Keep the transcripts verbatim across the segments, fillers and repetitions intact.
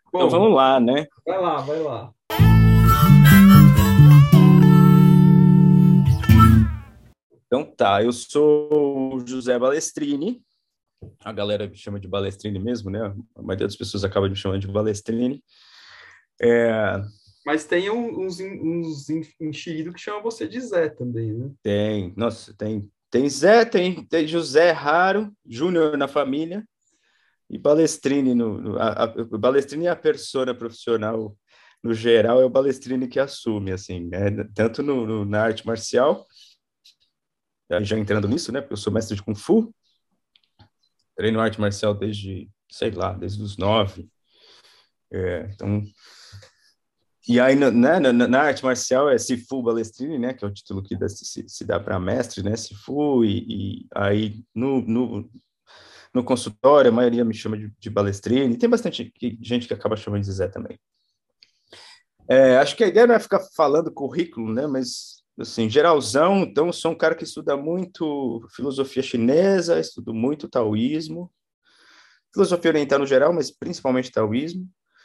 Então Bom, vamos lá, né? vai lá, vai lá. Então tá, eu sou o José Balestrini, a galera me chama de Balestrini mesmo, né? A maioria das pessoas acaba me chamando de Balestrini. É, Mas tem um- uns, en- uns en- enxeridos que chamam você de Zé também, né? tem, nossa, tem, tem Zé, tem, tem José Raro, Júnior na família, e Balestrini. No, no- a, a, o Balestrini é a persona profissional, no geral, é o Balestrini que assume, assim, né? Tanto no, no- na arte marcial, já entrando nisso, né? Porque eu sou mestre de Kung Fu, treino arte marcial desde, sei lá, desde os nove. É, então, e aí, na, né, na, na arte marcial é Sifu Balestrini, né, que é o título que dá, se, se dá para mestre, né, Sifu, e, e aí no, no, no consultório a maioria me chama de, de Balestrini, tem bastante que, gente que acaba chamando de Zé também. É, acho que a ideia não é ficar falando currículo, né, mas, assim, geralzão, então eu sou um cara que estuda muito filosofia chinesa, estudo muito taoísmo, filosofia oriental no geral, mas principalmente taoísmo.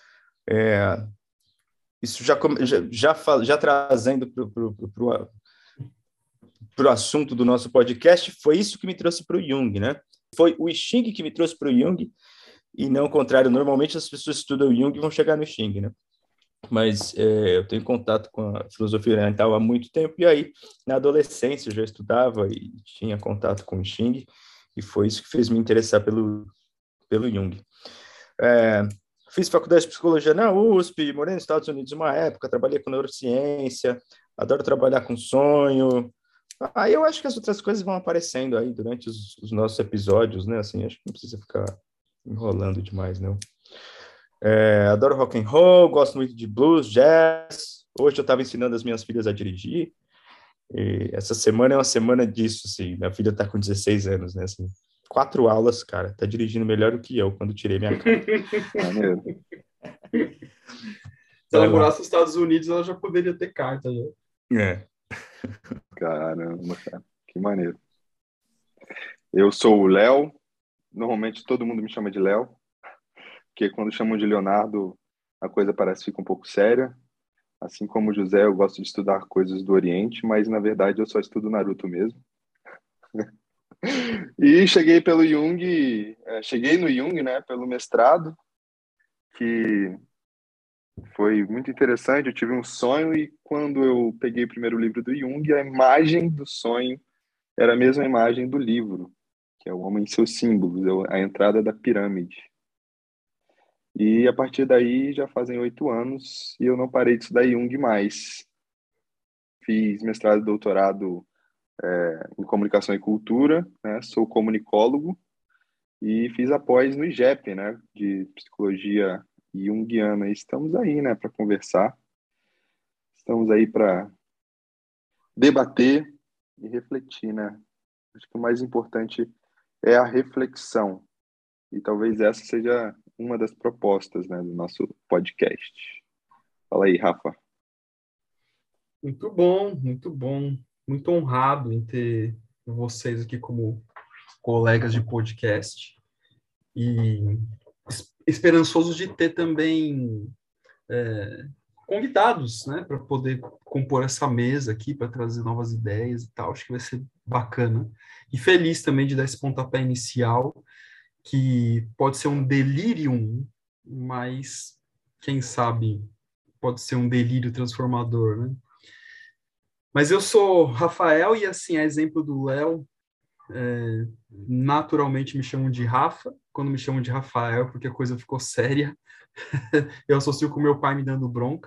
Isso já, já, já, já trazendo para o assunto do nosso podcast, foi isso que me trouxe para o Jung, né? Foi o Xing que me trouxe para o Jung, e não o contrário. Normalmente as pessoas estudam Jung e vão chegar no Xing, né? Mas é, eu tenho contato com a filosofia oriental há muito tempo, e aí, na adolescência, eu já estudava e tinha contato com o Xing, e foi isso que fez me interessar pelo, pelo Jung. É, fiz faculdade de psicologia na U S P, morei nos Estados Unidos uma época, trabalhei com neurociência, adoro trabalhar com sonho. Aí eu acho que as outras coisas vão aparecendo aí durante os, os nossos episódios, né? Assim, acho que não precisa ficar enrolando demais, não. É, adoro rock and roll, gosto muito de blues, jazz. Hoje eu estava ensinando as minhas filhas a dirigir. E essa semana é uma semana disso, assim. Minha filha está com dezesseis anos, né? Assim, quatro aulas, cara. Tá dirigindo melhor do que eu quando tirei minha carta. Maneiro. Se Vai ela lá. morasse nos Estados Unidos, ela já poderia ter carta, já. É. Caramba, cara. Que maneiro. Eu sou o Léo. Normalmente todo mundo me chama de Léo, porque quando chamam de Leonardo, a coisa parece que fica um pouco séria. Assim como o José, eu gosto de estudar coisas do Oriente, mas na verdade eu só estudo Naruto mesmo. E cheguei pelo Jung, eh, cheguei no Jung, né, pelo mestrado, que foi muito interessante. Eu tive um sonho e quando eu peguei o primeiro livro do Jung, a imagem do sonho era a mesma imagem do livro, que é o Homem e seus Símbolos, é a entrada da pirâmide. E a partir daí já fazem oito anos e eu não parei de estudar Jung mais. Fiz mestrado e doutorado é, em comunicação e cultura, né? Sou comunicólogo e fiz a pós no IGEP, né? De psicologia junguiana. E estamos aí, né? Para conversar. Estamos aí para debater e refletir, né? Acho que o mais importante é a reflexão. E talvez essa seja uma das propostas, né, do nosso podcast. Fala aí, Rafa. Muito bom, muito bom. Muito honrado em ter vocês aqui como colegas de podcast. E es- esperançoso de ter também é, convidados, né, para poder compor essa mesa aqui, para trazer novas ideias e tal. Acho que vai ser bacana. E feliz também de dar esse pontapé inicial, que pode ser um delirium, mas quem sabe pode ser um delírio transformador, né? Mas eu sou Rafael e, assim, a exemplo do Léo, é, naturalmente me chamam de Rafa, quando me chamam de Rafael, porque a coisa ficou séria. Eu associo com meu pai me dando bronca.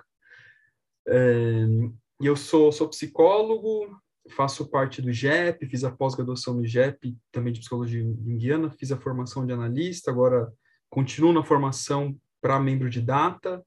É, e eu sou, sou psicólogo, faço parte do IGEP, fiz a pós-graduação no IGEP, também de psicologia junguiana, fiz a formação de analista, agora continuo na formação para membro de data.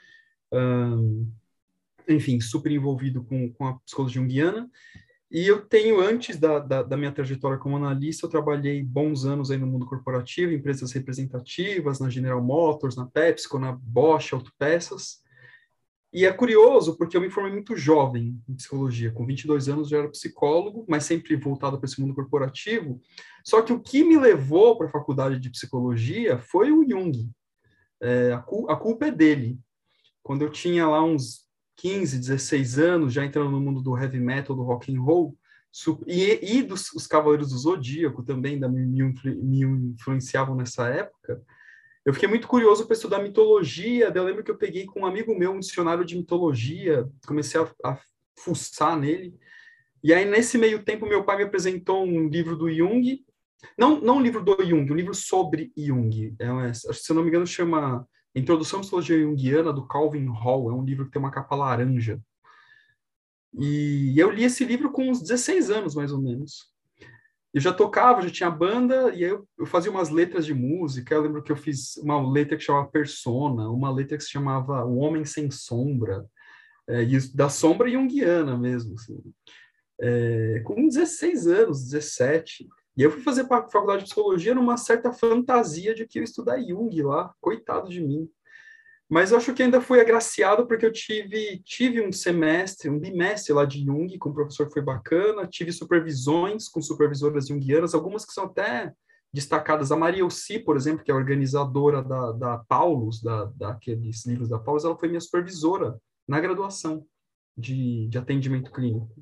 Um, enfim, super envolvido com, com a psicologia junguiana. E eu tenho, antes da, da, da, minha trajetória como analista, eu trabalhei bons anos aí no mundo corporativo, em empresas representativas, na General Motors, na PepsiCo, na Bosch Autopeças. E é curioso, porque eu me formei muito jovem em psicologia. Com vinte e dois anos já era psicólogo, mas sempre voltado para esse mundo corporativo. Só que o que me levou para a faculdade de psicologia foi o Jung. é, a, cul- a culpa é dele. Quando eu tinha lá uns quinze, dezesseis anos, já entrando no mundo do heavy metal, do rock and roll, su- e, e dos os Cavaleiros do Zodíaco também da, me, me influ- me influenciavam nessa época, eu fiquei muito curioso para estudar mitologia. Daí eu lembro que eu peguei com um amigo meu um dicionário de mitologia, comecei a, a fuçar nele. E aí, nesse meio tempo, meu pai me apresentou um livro do Jung, não, não um livro do Jung, um livro sobre Jung. É, uma- acho que, se eu não me engano, chama Introdução à Psicologia Junguiana, do Calvin Hall. É um livro que tem uma capa laranja. E eu li esse livro com uns dezesseis anos, mais ou menos. Eu já tocava, já tinha banda, e aí eu, eu fazia umas letras de música. Eu lembro que eu fiz uma letra que chamava Persona, uma letra que se chamava O Homem Sem Sombra, é, e isso- da sombra junguiana mesmo, assim. É, com dezesseis anos, dezessete. E eu fui fazer pa- faculdade de psicologia numa certa fantasia de que eu ia estudar Jung lá, coitado de mim. Mas eu acho que ainda fui agraciado porque eu tive, tive um semestre, um bimestre lá de Jung, com um professor que foi bacana, tive supervisões com supervisoras junguianas, algumas que são até destacadas. A Maria Elci, por exemplo, que é a organizadora da, da Paulus, da, daqueles livros da Paulus, ela foi minha supervisora na graduação de, de atendimento clínico.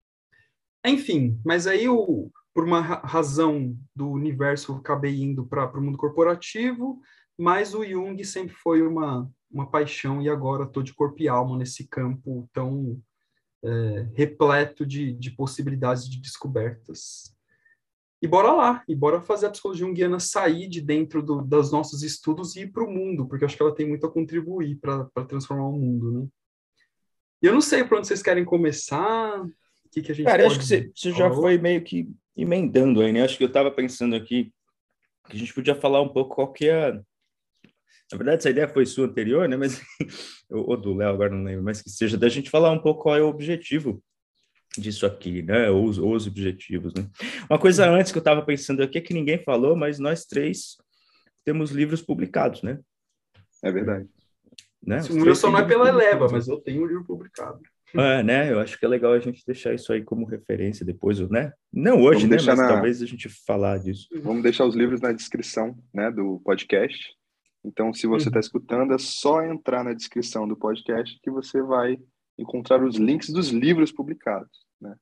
Enfim, mas aí eu, por uma ra- razão do universo, eu acabei indo para o mundo corporativo, mas o Jung sempre foi uma, uma paixão e agora estou de corpo e alma nesse campo tão é, repleto de, de possibilidades de descobertas. E bora lá, e bora fazer a psicologia junguiana sair de dentro do, dos nossos estudos e ir para o mundo, porque eu acho que ela tem muito a contribuir para transformar o mundo, né? E eu não sei para onde vocês querem começar, o que, que a gente Cara, eu acho que pode você, você já falar. foi meio que emendando aí, né? Acho que eu estava pensando aqui que a gente podia falar um pouco qual que é. Na verdade, essa ideia foi sua anterior, né? Mas, ou do Léo, agora não lembro, mas que seja da gente falar um pouco qual é o objetivo disso aqui, né? Ou os, os objetivos, né? Uma coisa antes que eu estava pensando aqui é que ninguém falou, mas nós três temos livros publicados, né? É verdade. né? O Os meu três só têm não é livros pela Eleva, publicados, né? mas eu tenho um livro publicado. É, né? Eu acho que é legal a gente deixar isso aí como referência depois, né? Não hoje, Vamos né? deixar Mas na, talvez a gente falar disso. vamos deixar os livros na descrição, né, do podcast. Então, se você está Uhum. escutando, é só entrar na descrição do podcast que você vai encontrar os links dos livros publicados, né?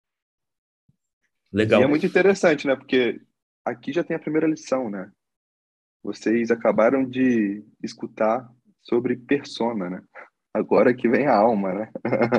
E é Legal. muito interessante, né? Porque aqui já tem a primeira lição, né? Vocês acabaram de escutar sobre persona, né? Agora que vem a alma, né?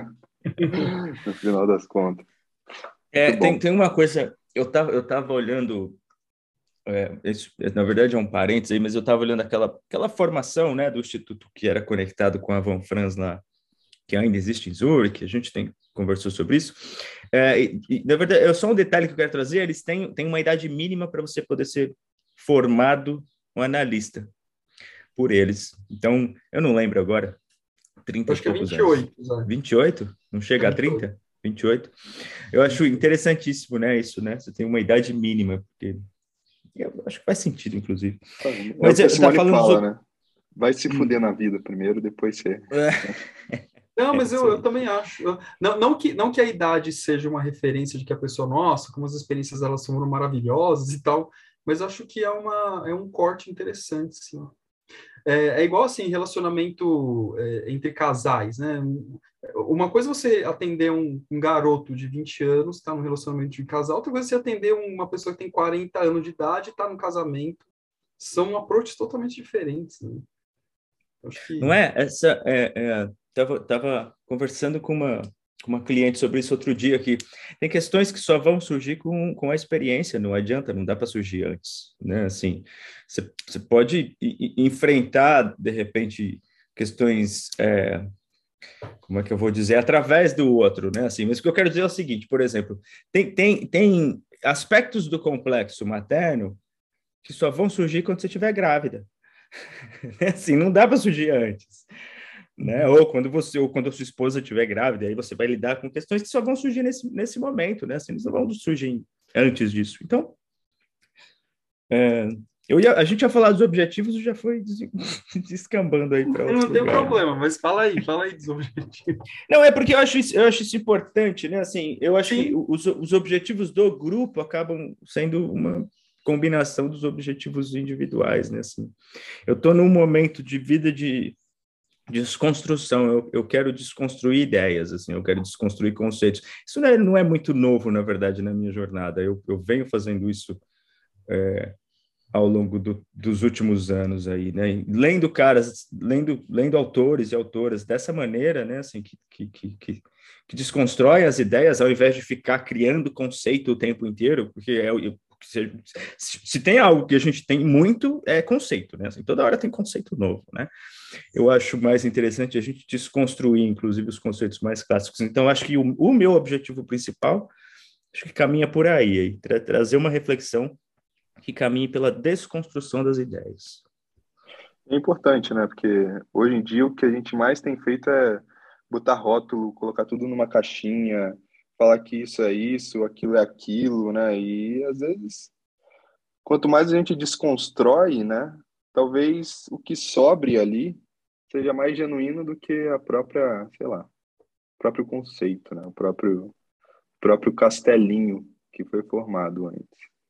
No final das contas. É, Muito tem, bom. tem uma coisa, eu tava, eu tava olhando, é, isso, na verdade é um parênteses aí, mas eu tava olhando aquela, aquela formação, né, do Instituto que era conectado com a Van Franz lá, que ainda existe em Zurich, a gente tem, conversou sobre isso. É, e, e, na verdade, é só um detalhe que eu quero trazer, eles têm, têm uma idade mínima para você poder ser formado um analista por eles. Então, eu não lembro agora, trinta Eu e acho que é poucos vinte e anos. oito, Zé. vinte e oito? Não É chega a vinte e oito. trinta? vinte e oito? Eu acho interessantíssimo, né, isso, né? Você tem uma idade mínima, porque eu acho que faz sentido, inclusive. É o Mas que a eu estava Simone falando fala, sobre... né? Vai se Hum. fuder na vida primeiro, depois você... Não, É mas isso eu, eu aí. também acho. Eu- não, não, que, não que a idade seja uma referência de que a pessoa, nossa, como as experiências elas foram maravilhosas e tal, mas eu acho que é, uma, é um corte interessante, sim. É, é igual assim, relacionamento é, entre casais, né? Uma coisa é você atender um, um garoto de vinte anos, tá num relacionamento de casal, outra coisa é você atender uma pessoa que tem quarenta anos de idade e tá num casamento. São approaches totalmente diferentes, né? Eu acho Não que. é? Essa, é, é, tava, tava conversando com uma, com uma cliente sobre isso outro dia, que tem questões que só vão surgir com, com a experiência, não adianta, não dá para surgir antes, né? Assim, você, você pode i- i- enfrentar, de repente, questões... É, como é que eu vou dizer, através do outro, né? Assim, mas o que eu quero dizer é o seguinte, por exemplo, tem, tem, tem aspectos do complexo materno que só vão surgir quando você estiver grávida. Assim, não dá para surgir antes, né? Ou quando você, ou quando a sua esposa estiver grávida, aí você vai lidar com questões que só vão surgir nesse, nesse momento, né? Assim, eles não vão surgir antes disso. Então, é, eu ia, a gente ia falar dos objetivos e já foi des- descambando aí para outros Não tem lugares. problema, mas fala aí, fala aí dos objetivos. Não, é porque eu acho isso, eu acho isso importante, né? Assim, eu acho que Sim. os, os objetivos do grupo acabam sendo uma, combinação dos objetivos individuais, né? Assim, eu estou num momento de vida de desconstrução, eu, eu quero desconstruir ideias, assim, eu quero desconstruir conceitos. Isso não é, não é muito novo, na verdade, na minha jornada. Eu, eu venho fazendo isso é, ao longo do, dos últimos anos aí, né? Lendo caras, lendo, lendo autores e autoras dessa maneira, né? Assim, que, que, que, que, que desconstrói as ideias ao invés de ficar criando conceito o tempo inteiro, porque é se, se tem algo que a gente tem muito, é conceito, né? Assim, toda hora tem conceito novo, né? Eu acho mais interessante a gente desconstruir, inclusive, os conceitos mais clássicos. Então, acho que o, o meu objetivo principal, acho que caminha por aí, aí tra trazer uma reflexão que caminhe pela desconstrução das ideias. É importante, né? Porque hoje em dia o que a gente mais tem feito é botar rótulo, colocar tudo numa caixinha, falar que isso é isso, aquilo é aquilo, né? E às vezes, quanto mais a gente desconstrói, né? Talvez o que sobre ali seja mais genuíno do que a própria, sei lá, o próprio conceito, né? O próprio, próprio castelinho que foi formado antes.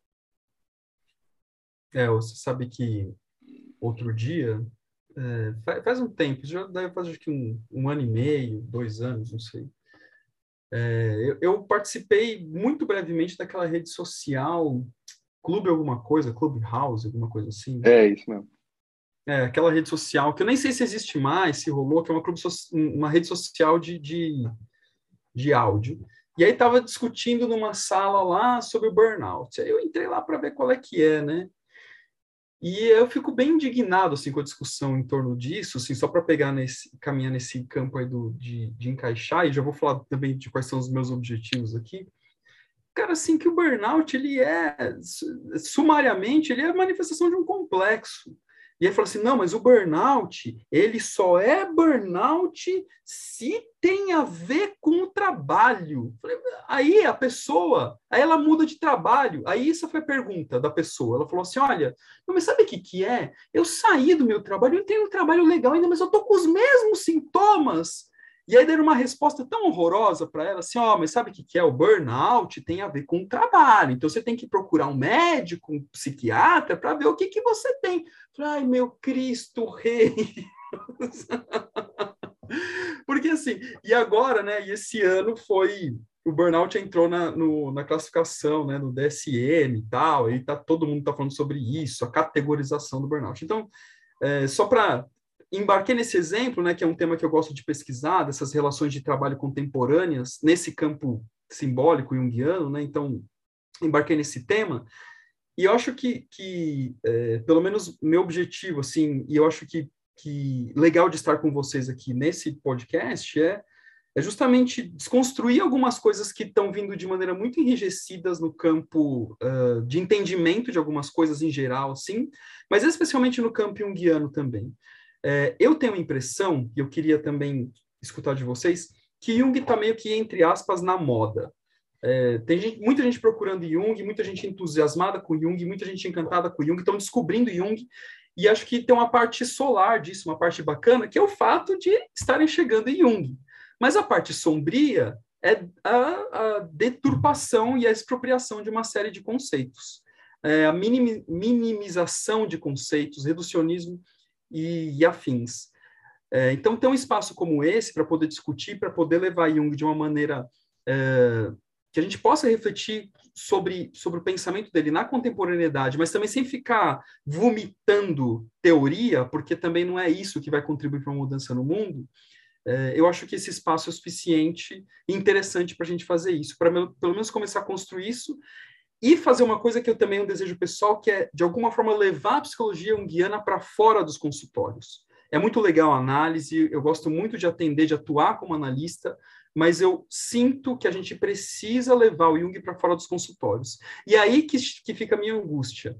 É, você sabe que outro dia, é, faz, faz um tempo, já deve fazer acho que um, um ano e meio, dois anos, não sei. É, eu, eu participei muito brevemente daquela rede social, Clube alguma coisa, Clubhouse, alguma coisa assim. É isso mesmo. É, aquela rede social, que eu nem sei se existe mais, se rolou, que é uma, clube so uma rede social de, de, de áudio. E aí estava discutindo numa sala lá sobre o burnout. Aí eu entrei lá para ver qual é que é, né? E eu fico bem indignado assim com a discussão em torno disso, assim, só para pegar nesse caminhar nesse campo aí do, de, de encaixar, e já vou falar também de quais são os meus objetivos aqui. Cara, assim, que o burnout, ele é, sumariamente, ele é a manifestação de um complexo. E aí fala assim, não, mas o burnout, ele só é burnout se tem a ver com o trabalho. Aí a pessoa, aí ela muda de trabalho. Aí essa foi a pergunta da pessoa. Ela falou assim, olha, não, mas sabe o que que é? Eu saí do meu trabalho, eu tenho um trabalho legal ainda, mas eu tô com os mesmos sintomas. E aí deram uma resposta tão horrorosa para ela, assim, ó, oh, mas sabe o que que é? O burnout tem a ver com o trabalho, então você tem que procurar um médico, um psiquiatra, para ver o que que você tem. Ai, meu Cristo Rei! Porque assim, e agora, né, e esse ano foi, o burnout entrou na, no, na classificação, né, no D S M e tal, e tá, todo mundo tá falando sobre isso, a categorização do burnout. Então, é, só para embarquei nesse exemplo, né, que é um tema que eu gosto de pesquisar, dessas relações de trabalho contemporâneas, nesse campo simbólico junguiano, né, então embarquei nesse tema, e eu acho que, que é, pelo menos meu objetivo, assim, e eu acho que, que legal de estar com vocês aqui nesse podcast é, é justamente desconstruir algumas coisas que estão vindo de maneira muito enrijecidas no campo uh, de entendimento de algumas coisas em geral, assim, mas especialmente no campo junguiano também. É, eu tenho a impressão, e eu queria também escutar de vocês, que Jung está meio que, entre aspas, na moda. É, tem gente, muita gente procurando Jung, muita gente entusiasmada com Jung, muita gente encantada com Jung, estão descobrindo Jung, e acho que tem uma parte solar disso, uma parte bacana, que é o fato de estarem chegando em Jung. Mas a parte sombria é a, a deturpação e a expropriação de uma série de conceitos. É, a minim, minimização de conceitos, reducionismo e, e afins. É, então, ter um espaço como esse para poder discutir, para poder levar Jung de uma maneira é, que a gente possa refletir sobre, sobre o pensamento dele na contemporaneidade, mas também sem ficar vomitando teoria, porque também não é isso que vai contribuir para uma mudança no mundo. É, eu acho que esse espaço é suficiente e interessante para a gente fazer isso, para pelo menos começar a construir isso e fazer uma coisa que eu também um desejo pessoal, que é, de alguma forma, levar a psicologia junguiana para fora dos consultórios. É muito legal a análise, eu gosto muito de atender, de atuar como analista, mas eu sinto que a gente precisa levar o Jung para fora dos consultórios. E aí que, que fica a minha angústia.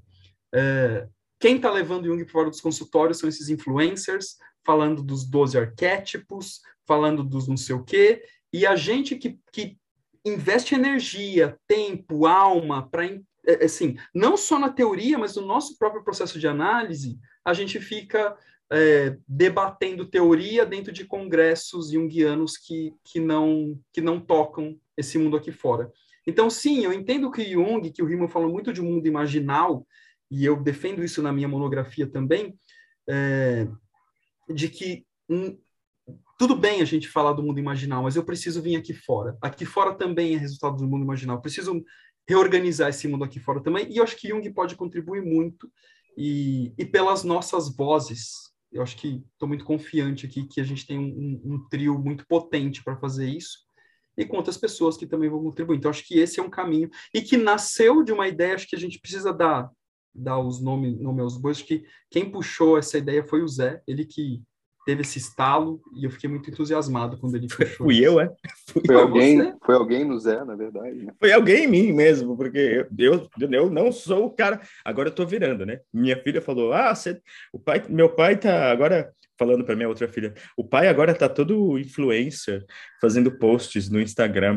É, quem está levando o Jung para fora dos consultórios são esses influencers, falando dos doze arquétipos, falando dos não sei o quê, e a gente que, que investe energia, tempo, alma, para, assim, não só na teoria, mas no nosso próprio processo de análise, a gente fica é, debatendo teoria dentro de congressos junguianos que, que, não, que não tocam esse mundo aqui fora. Então, sim, eu entendo que Jung, que o Riemann falou muito de um mundo imaginal, e eu defendo isso na minha monografia também, é, de que um, tudo bem a gente falar do mundo imaginal, mas eu preciso vir aqui fora. Aqui fora também é resultado do mundo imaginal. Eu preciso reorganizar esse mundo aqui fora também, e eu acho que Jung pode contribuir muito, e, e pelas nossas vozes. Eu acho que estou muito confiante aqui que a gente tem um, um, um trio muito potente para fazer isso, e com outras pessoas que também vão contribuir. Então, acho que esse é um caminho, e que nasceu de uma ideia, acho que a gente precisa dar, dar os nomes nome aos bois, que quem puxou essa ideia foi o Zé, ele que teve esse estalo, e eu fiquei muito entusiasmado quando ele puxou. Fui eu, é? Fui Foi eu. alguém, foi alguém no Zé, na verdade. Né? Foi alguém em mim mesmo, porque eu, eu, eu não sou o cara. Agora eu tô virando, né? Minha filha falou: Ah, você... o pai, meu pai tá agora falando para minha outra filha. O pai agora tá todo influencer, fazendo posts no Instagram.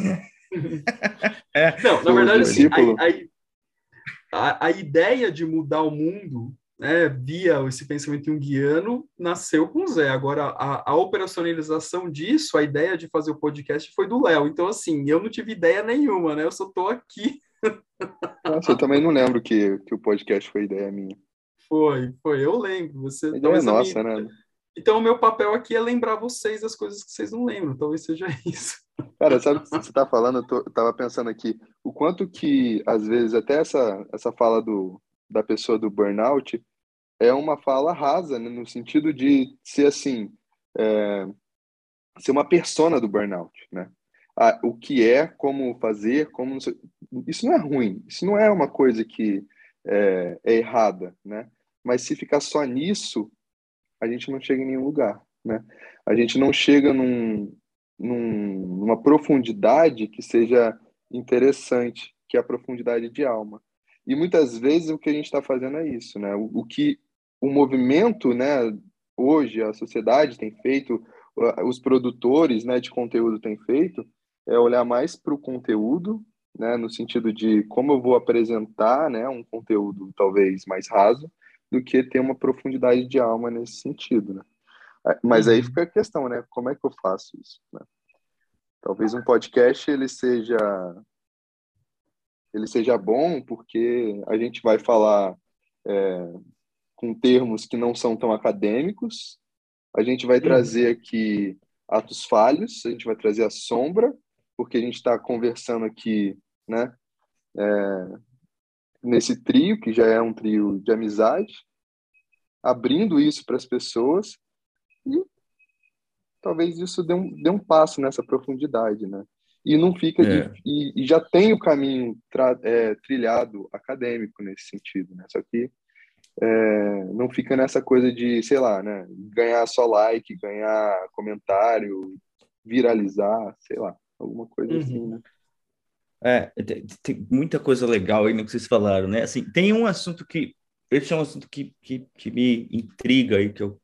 é, não, na verdade, assim, a, a, a ideia de mudar o mundo, né, via esse pensamento junguiano, nasceu com o Zé. Agora, a, a operacionalização disso, a ideia de fazer o podcast foi do Léo. Então, assim, eu não tive ideia nenhuma, né? Eu só tô aqui. Nossa, eu também não lembro que, que o podcast foi ideia minha. Foi, foi, eu lembro. Você, a ideia é nossa, minha... né? Então, o meu papel aqui é lembrar vocês das coisas que vocês não lembram. Talvez seja isso. Cara, sabe o que você tá falando? Eu, tô, eu tava pensando aqui, o quanto que, às vezes, até essa, essa fala do, da pessoa do burnout é uma fala rasa, né? No sentido de ser assim, é, ser uma persona do burnout, né? Ah, o que é, como fazer, como... Isso não é ruim, isso não é uma coisa que é, é errada, né? Mas se ficar só nisso, a gente não chega em nenhum lugar, né? A gente não chega num, num, numa profundidade que seja interessante, que é a profundidade de alma. E muitas vezes o que a gente está fazendo é isso, né? O, o que o movimento, né, hoje, a sociedade tem feito, os produtores, né, de conteúdo têm feito, é olhar mais para o conteúdo, né, no sentido de como eu vou apresentar, né, um conteúdo talvez mais raso, do que ter uma profundidade de alma nesse sentido, né? Mas aí fica a questão, né? Como é que eu faço isso, né? Talvez um podcast ele seja ele seja bom porque a gente vai falar é, com termos que não são tão acadêmicos, a gente vai trazer aqui atos falhos, a gente vai trazer a sombra, porque a gente está conversando aqui, né? É, nesse trio, que já é um trio de amizade, abrindo isso para as pessoas e talvez isso dê um, dê um passo nessa profundidade, né? E não fica É. de, e, e já tem o caminho tra, é, trilhado acadêmico nesse sentido, né? Só que é, não fica nessa coisa de, sei lá, né? Ganhar só like, ganhar comentário, viralizar, sei lá, alguma coisa uhum. assim, né? É, tem, tem muita coisa legal aí no que vocês falaram, né? Assim, tem um assunto que, esse é um assunto que, que, que me intriga aí, que eu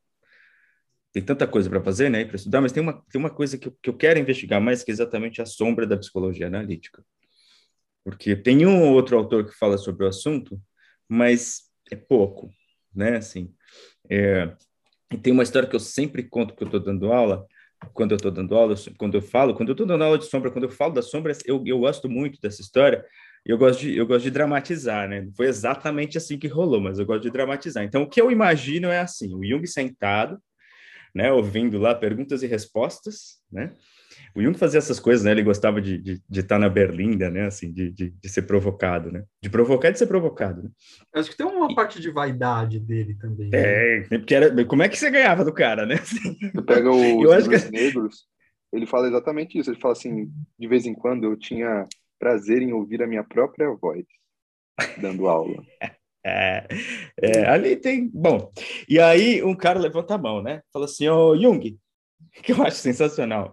tem tanta coisa para fazer, né, para estudar, mas tem uma, tem uma coisa que eu, que eu quero investigar mais, que é exatamente a sombra da psicologia analítica. Porque tem um ou outro autor que fala sobre o assunto, mas é pouco, né, assim. É, e tem uma história que eu sempre conto que eu estou dando aula, quando eu estou dando aula, quando eu falo, quando eu estou dando aula de sombra, quando eu falo da sombra, eu, eu gosto muito dessa história, eu gosto, de, eu gosto de dramatizar, né? Não foi exatamente assim que rolou, mas eu gosto de dramatizar. Então, o que eu imagino é assim, o Jung sentado, né, ouvindo lá perguntas e respostas, né? O Jung fazia essas coisas, né? Ele gostava de, de, de estar na berlinda, né? Assim, de, de, de ser provocado, né? De provocar e de ser provocado, né? Acho que tem uma parte de vaidade dele também. É, né? Porque era... Como é que você ganhava do cara, né? Você pega os Eu acho que... negros, ele fala exatamente isso. Ele fala assim, de vez em quando eu tinha prazer em ouvir a minha própria voz dando aula. É, é, ali tem... Bom, e aí um cara levanta a mão, né? Fala assim, ô Jung, que eu acho sensacional.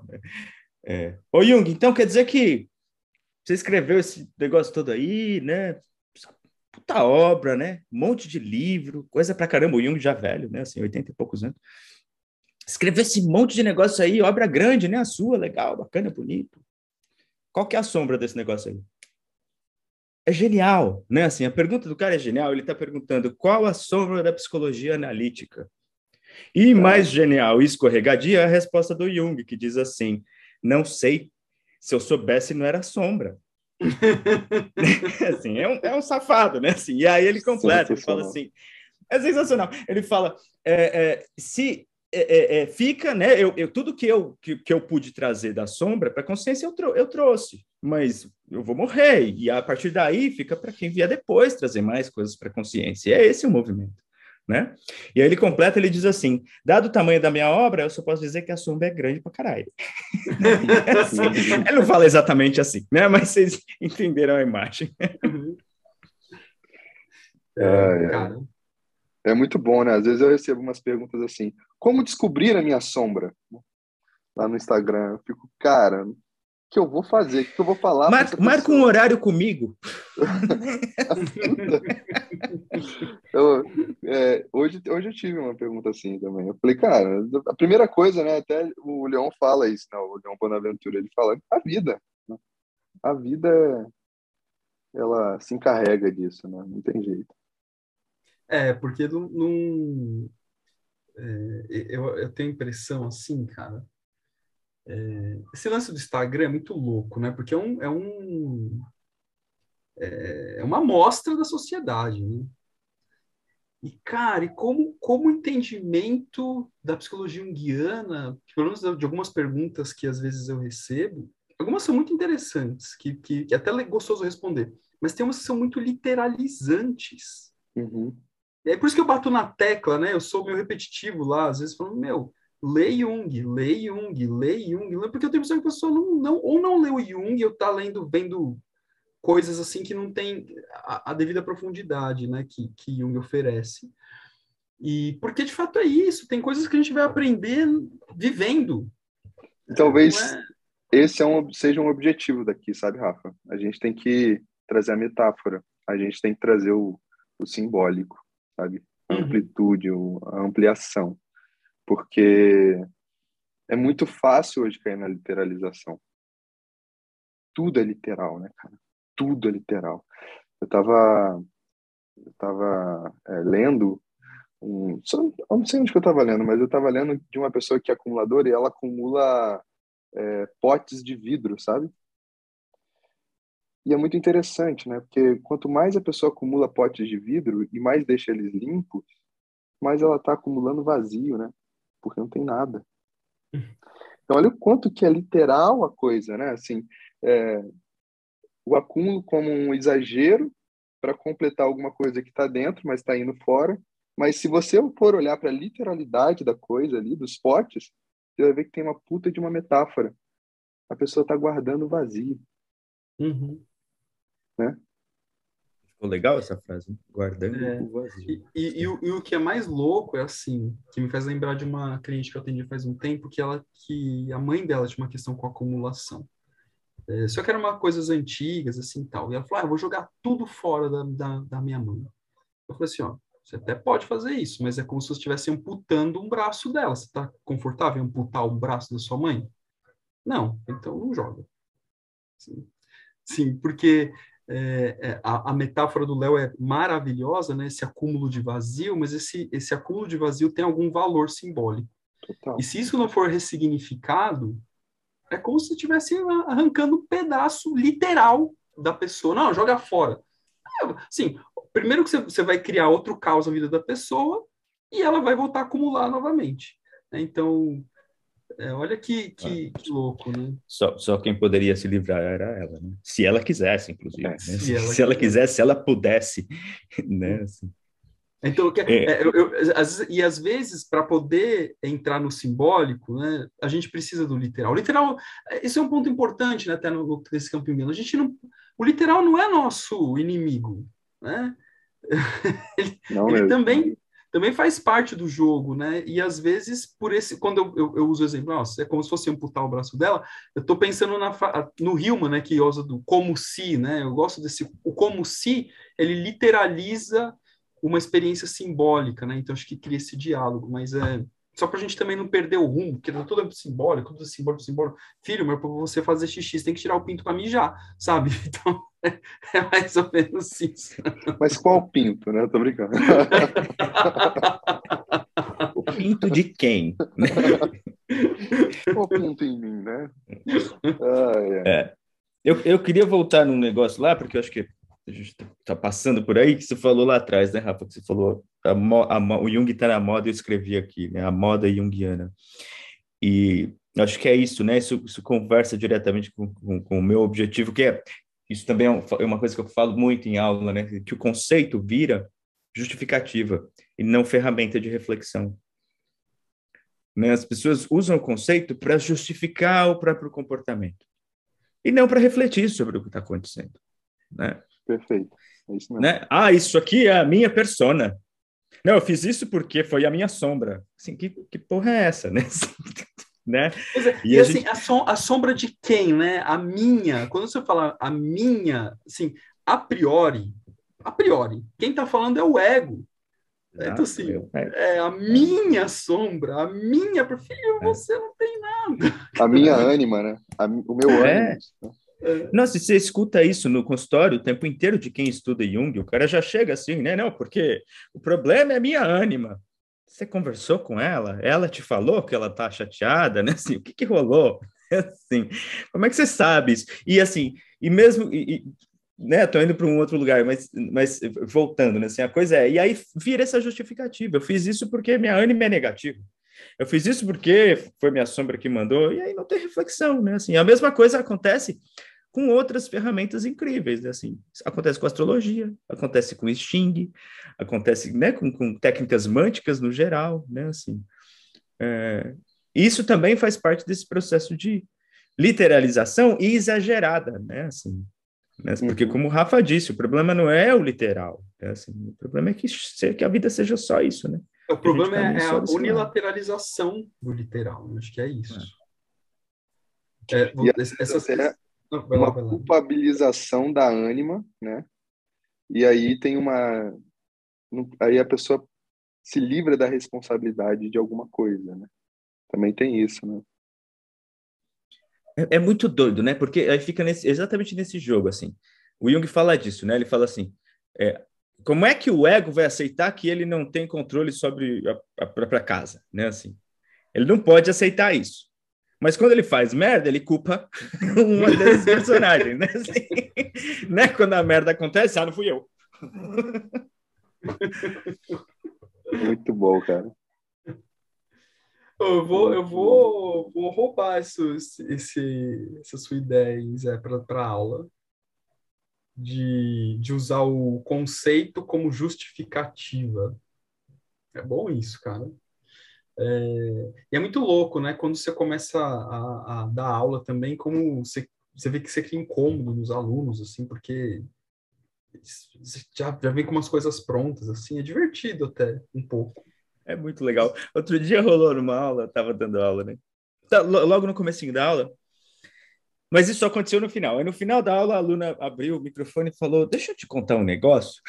É, ô Jung, então quer dizer que você escreveu esse negócio todo aí, né? Puta obra, né? Um monte de livro, coisa pra caramba. O Jung já velho, né? Assim, oitenta e poucos anos. Escreveu esse monte de negócio aí, obra grande, né? A sua, legal, bacana, bonito. Qual que é a sombra desse negócio aí? É genial, né? Assim, a pergunta do cara é genial. Ele está perguntando qual a sombra da psicologia analítica. E tá. Mais genial e escorregadia é a resposta do Jung, que diz assim, não sei, se eu soubesse não era sombra. Assim, é um, é um safado, né? Assim, e aí ele completa, ele fala assim, é sensacional. Ele fala, é, é, se é, é, fica, né? Eu, eu, tudo que eu, que, que eu pude trazer da sombra para a consciência, eu, trou eu trouxe, mas eu vou morrer, e a partir daí fica para quem vier depois trazer mais coisas para a consciência. E é esse o movimento, né? E aí ele completa, ele diz assim, dado o tamanho da minha obra, eu só posso dizer que a sombra é grande para caralho. Assim, ele não fala exatamente assim, né? Mas vocês entenderam a imagem. É, é, cara. É muito bom, né? Às vezes eu recebo umas perguntas assim, como descobrir a minha sombra? Lá no Instagram. Eu fico, cara, o que eu vou fazer? O que eu vou falar? Mar marca um horário comigo. eu, é, hoje, hoje eu tive uma pergunta assim também. Eu falei, cara, a primeira coisa, né? Até o Leon fala isso, né? O Leon Bonaventura, ele fala, a vida. Né? A vida, ela se encarrega disso, né? Não tem jeito. É, porque não... não é, eu, eu tenho a impressão assim, cara. É, esse lance do Instagram é muito louco, né? Porque é um... É um é uma amostra da sociedade, né? E, cara, e como, como o entendimento da psicologia junguiana, pelo menos de algumas perguntas que às vezes eu recebo, algumas são muito interessantes, que, que, que até é gostoso responder, mas tem umas que são muito literalizantes. Uhum. E é por isso que eu bato na tecla, né? Eu sou meio repetitivo lá, às vezes falando, meu, lê Jung, lê Jung, lê Jung, porque eu tenho a impressão que a pessoa não, não, ou não leu Jung, ou tá lendo, vendo coisas assim que não tem a, a devida profundidade, né, que, que Jung oferece. E porque de fato é isso, tem coisas que a gente vai aprender vivendo. Talvez é... esse é um, seja um objetivo daqui, sabe, Rafa? A gente tem que trazer a metáfora, a gente tem que trazer o, o simbólico, sabe? A uhum. amplitude, a ampliação. Porque é muito fácil hoje cair na literalização. Tudo é literal, né, cara? Tudo é literal. Eu estava eu tava, é, lendo, um, só, eu não sei onde que eu estava lendo, mas eu estava lendo de uma pessoa que é acumuladora e ela acumula é, potes de vidro, sabe? E é muito interessante, né? Porque quanto mais a pessoa acumula potes de vidro e mais deixa eles limpos, mais ela está acumulando vazio, né? Porque não tem nada. Então, olha o quanto que é literal a coisa, né? Assim, é, o acúmulo como um exagero para completar alguma coisa que está dentro, mas está indo fora. Mas se você for olhar para a literalidade da coisa ali, dos potes, você vai ver que tem uma puta de uma metáfora. A pessoa está guardando o vazio. Uhum. Né? Ficou legal essa frase, né? Guardando é. o vazio. E, e, e, o, e o que é mais louco é assim, que me faz lembrar de uma cliente que eu atendi faz um tempo, que ela, que a mãe dela tinha uma questão com acumulação. É, só que eram uma coisas antigas, assim, tal. E ela falou, ah, eu vou jogar tudo fora da, da, da minha mãe. Eu falei assim, ó, você até pode fazer isso, mas é como se você estivesse amputando um braço dela. Você está confortável em amputar o braço da sua mãe? Não, então não joga. Sim, Sim porque é, é, a, a metáfora do Léo é maravilhosa, né? Esse acúmulo de vazio, mas esse, esse acúmulo de vazio tem algum valor simbólico. Total. E se isso não for ressignificado, é como se estivesse arrancando um pedaço literal da pessoa. Não, joga fora. Sim, primeiro que você vai criar outro caos na vida da pessoa e ela vai voltar a acumular novamente. Então, é, olha que, que, que louco, né? Só, só quem poderia se livrar era ela, né? Se ela quisesse, inclusive. É, né? se Se, ela se ela quisesse. quisesse, se ela pudesse, né? Assim. Então, é, eu, eu, às, e às vezes, para poder entrar no simbólico, né, a gente precisa do literal. O literal, esse é um ponto importante, né, até no, no, nesse campo junguiano. A gente não, o literal não é nosso inimigo, né? ele não ele mesmo. também, também faz parte do jogo, né? E às vezes, por esse, quando eu, eu, eu uso o exemplo, nossa, é como se fosse amputar o braço dela, eu estou pensando na, no Hillman, né, que usa do como se, né? Eu gosto desse, o como se, ele literaliza uma experiência simbólica, né? Então acho que cria esse diálogo, mas é só para a gente também não perder o rumo, porque tudo é simbólico, tudo é simbólico, simbólico. Filho, mas para você fazer xixi, você tem que tirar o pinto para mijar, sabe? Então é, é mais ou menos isso. Mas qual pinto, né? Eu tô brincando. O pinto de quem? Qual pinto em mim, né? Ah, é. É. Eu, eu queria voltar num negócio lá, porque eu acho que a gente está passando por aí, que você falou lá atrás, né, Rafa? Que você falou, a, a, o Jung está na moda, eu escrevi aqui, né? A moda junguiana. E eu acho que é isso, né? Isso, isso conversa diretamente com, com, com o meu objetivo, que é, isso também é uma coisa que eu falo muito em aula, né? Que o conceito vira justificativa e não ferramenta de reflexão. Né? As pessoas usam o conceito para justificar o próprio comportamento e não para refletir sobre o que está acontecendo. Né? Perfeito. É isso mesmo. Né? Ah, isso aqui é a minha persona. Não, eu fiz isso porque foi a minha sombra. Assim, que, que porra é essa, né? né? É, e, e a assim, gente... a, som, a sombra de quem, né? A minha. Quando você fala a minha, assim, a priori, a priori, quem está falando é o ego. Ah, então, assim, é a minha sombra, a minha... Filho, você não tem nada. A minha ânima, né? A, o meu é. ânimo. É. Nossa, você escuta isso no consultório o tempo inteiro de quem estuda Jung, o cara já chega assim, né? Não, porque o problema é a minha ânima. Você conversou com ela? Ela te falou que ela tá chateada, né? Assim, o que que rolou? Assim, como é que você sabe isso? E assim, e mesmo... E, e, né, tô indo para um outro lugar, mas, mas voltando, né, assim, a coisa é, e aí vira essa justificativa, eu fiz isso porque minha ânima é negativa, eu fiz isso porque foi minha sombra que mandou, e aí não tem reflexão, né, assim, a mesma coisa acontece com outras ferramentas incríveis, né, assim, acontece com astrologia, acontece com Xing, acontece, né, com, com técnicas mânticas no geral, né, assim, é, isso também faz parte desse processo de literalização e exagerada, né, assim, porque, uhum. como o Rafa disse, o problema não é o literal. É assim, o problema é que, que a vida seja só isso, né? O problema a é, é a unilateralização lado. do literal. Acho que é isso. É. É, e essas... é não, uma lá, culpabilização da ânima, né? E aí tem uma... Aí a pessoa se livra da responsabilidade de alguma coisa, né? Também tem isso, né? É, é muito doido, né? Porque aí fica nesse, exatamente nesse jogo, assim. O Jung fala disso, né? Ele fala assim, é, como é que o ego vai aceitar que ele não tem controle sobre a, a própria casa, né? Assim, ele não pode aceitar isso. Mas quando ele faz merda, ele culpa uma desses personagens, né? Assim, né? Quando a merda acontece, ah, não fui eu. Muito bom, cara. Eu vou, eu vou, vou roubar isso, esse, essa sua ideia, Zé, para a aula, de, de usar o conceito como justificativa. É bom isso, cara. É, e é muito louco, né? Quando você começa a, a dar aula também, como você, você vê que você cria incômodo nos alunos, assim, porque já, já vem com umas coisas prontas, assim, é divertido até, um pouco. É muito legal. Outro dia rolou numa aula, eu tava dando aula, né? Logo no comecinho da aula, mas isso aconteceu no final. Aí no final da aula, a aluna abriu o microfone e falou, deixa eu te contar um negócio.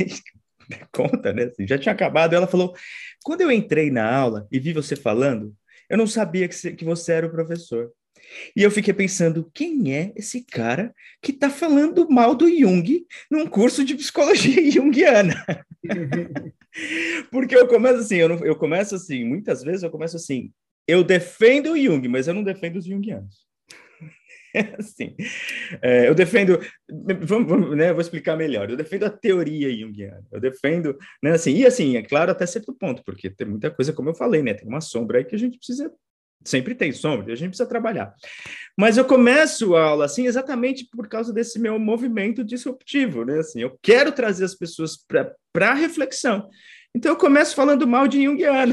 Conta, né? Assim, já tinha acabado. Ela falou, quando eu entrei na aula e vi você falando, eu não sabia que você, que você era o professor. E eu fiquei pensando, quem é esse cara que está falando mal do Jung num curso de psicologia junguiana? Porque eu começo assim, eu, não, eu começo assim, muitas vezes eu começo assim, eu defendo o Jung, mas eu não defendo os junguianos. Assim, é, eu defendo, vamos, vamos, né, eu vou explicar melhor, eu defendo a teoria junguiana, eu defendo, né, assim, e assim, é claro, até certo ponto, porque tem muita coisa, como eu falei, né, tem uma sombra aí que a gente precisa, sempre tem sombra, a gente precisa trabalhar. Mas eu começo a aula assim exatamente por causa desse meu movimento disruptivo, né, assim, eu quero trazer as pessoas para a reflexão. Então, eu começo falando mal de junguiano.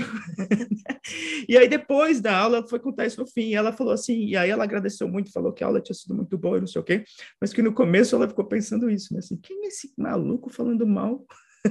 E aí, depois da aula, ela foi contar isso no fim. E ela falou assim, e aí ela agradeceu muito, falou que a aula tinha sido muito boa e não sei o quê, mas que no começo ela ficou pensando isso, né? Assim, quem é esse maluco falando mal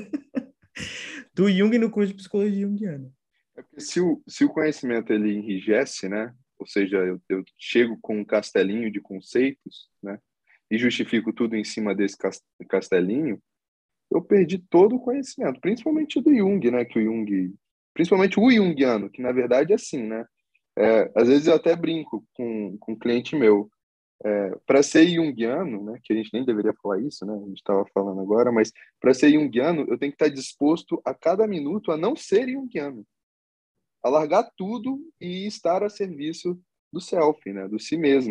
do Jung no curso de psicologia junguiana? É porque se o, se o conhecimento ele enrijece, né? Ou seja, eu, eu chego com um castelinho de conceitos, né? E justifico tudo em cima desse castelinho, eu perdi todo o conhecimento, principalmente do Jung, né? Que o Jung, principalmente o junguiano, que na verdade é assim, né? É, às vezes eu até brinco com, com um cliente meu, é, para ser junguiano, né? Que a gente nem deveria falar isso, né? A gente estava falando agora, mas para ser junguiano, eu tenho que estar disposto a cada minuto a não ser junguiano, a largar tudo e estar a serviço do self, né? Do si mesmo.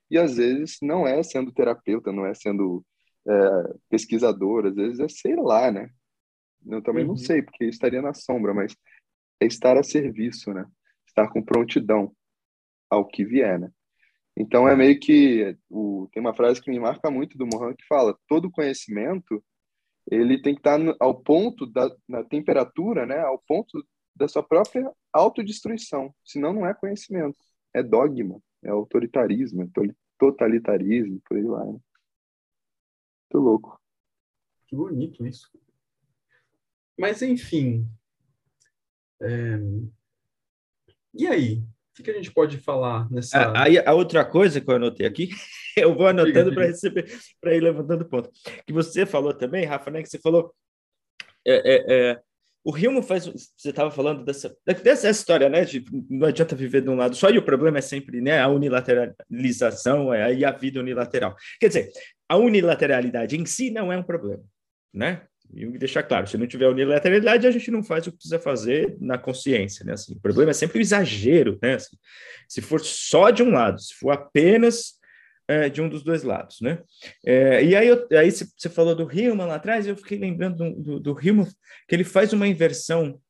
E às vezes não é sendo terapeuta, não é sendo é, pesquisador, às vezes é sei lá, né? Eu também não Uhum. sei, porque estaria na sombra, mas é estar a serviço, né? Estar com prontidão ao que vier, né? Então é meio que o, tem uma frase que me marca muito do Mohan que fala: todo conhecimento ele tem que estar no, ao ponto da na temperatura, né? Ao ponto da sua própria autodestruição. Senão não é conhecimento, é dogma, é autoritarismo, é to- totalitarismo, por aí vai. Né? Muito louco. Que bonito isso. Mas, enfim, é, e aí? O que que a gente pode falar nessa... A- Aí a outra coisa que eu anotei aqui, eu vou Diga, anotando para diga. receber, para ir levantando ponto. Que você falou também, Rafa, né? Que você falou é, é, é, o Hilmo faz. Você estava falando dessa, dessa história, né? De não adianta viver de um lado só, e o problema é sempre, né, a unilateralização é, e a vida unilateral. Quer dizer, a unilateralidade em si não é um problema, né? E deixar claro, se não tiver unilateralidade, a gente não faz o que precisa fazer na consciência, né? Assim, o problema é sempre o exagero, né? Assim, se for só de um lado, se for apenas é, de um dos dois lados, né? É, e aí, eu, aí você falou do Hillman lá atrás, eu fiquei lembrando do, do, do Hillman, que ele faz uma inversão.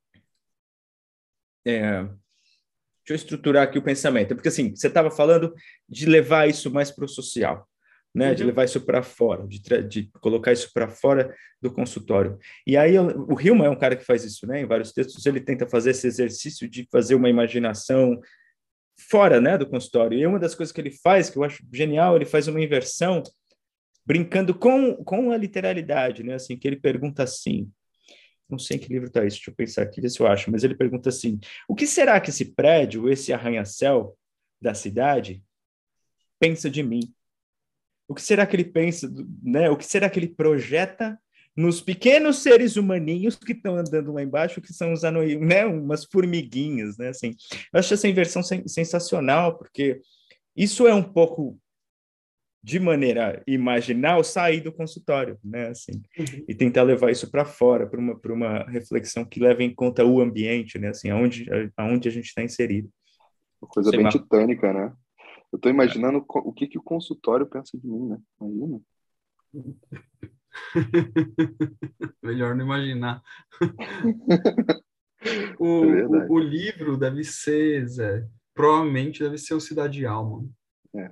É, deixa eu estruturar aqui o pensamento, porque assim, você estava falando de levar isso mais para o social, né? De Uhum. levar isso para fora, de, de colocar isso para fora do consultório. E aí eu, o Hillman é um cara que faz isso, né? Em vários textos ele tenta fazer esse exercício de fazer uma imaginação fora, né, do consultório. E uma das coisas que ele faz, que eu acho genial, ele faz uma inversão brincando com, com a literalidade, né? Assim, que ele pergunta assim, não sei em que livro está isso, deixa eu pensar aqui, ver se eu acho, mas ele pergunta assim, o que será que esse prédio, esse arranha-céu da cidade, pensa de mim? O que será que ele pensa, né? O que será que ele projeta nos pequenos seres humaninhos que estão andando lá embaixo, que são os anões, né? Umas formiguinhas, né? Assim, eu acho essa inversão sensacional, porque isso é um pouco de maneira imaginal, sair do consultório, né? Assim, Uhum. e tentar levar isso para fora, para uma, para uma reflexão que leve em conta o ambiente, né? Assim, aonde, aonde a gente está inserido. Uma coisa Sei bem lá. titânica, né? Eu tô imaginando co- o que que o consultório pensa de mim, né? Imagina. Melhor não imaginar. É O, o, verdade. o livro deve ser, Zé, provavelmente deve ser o Cidade de Alma. É.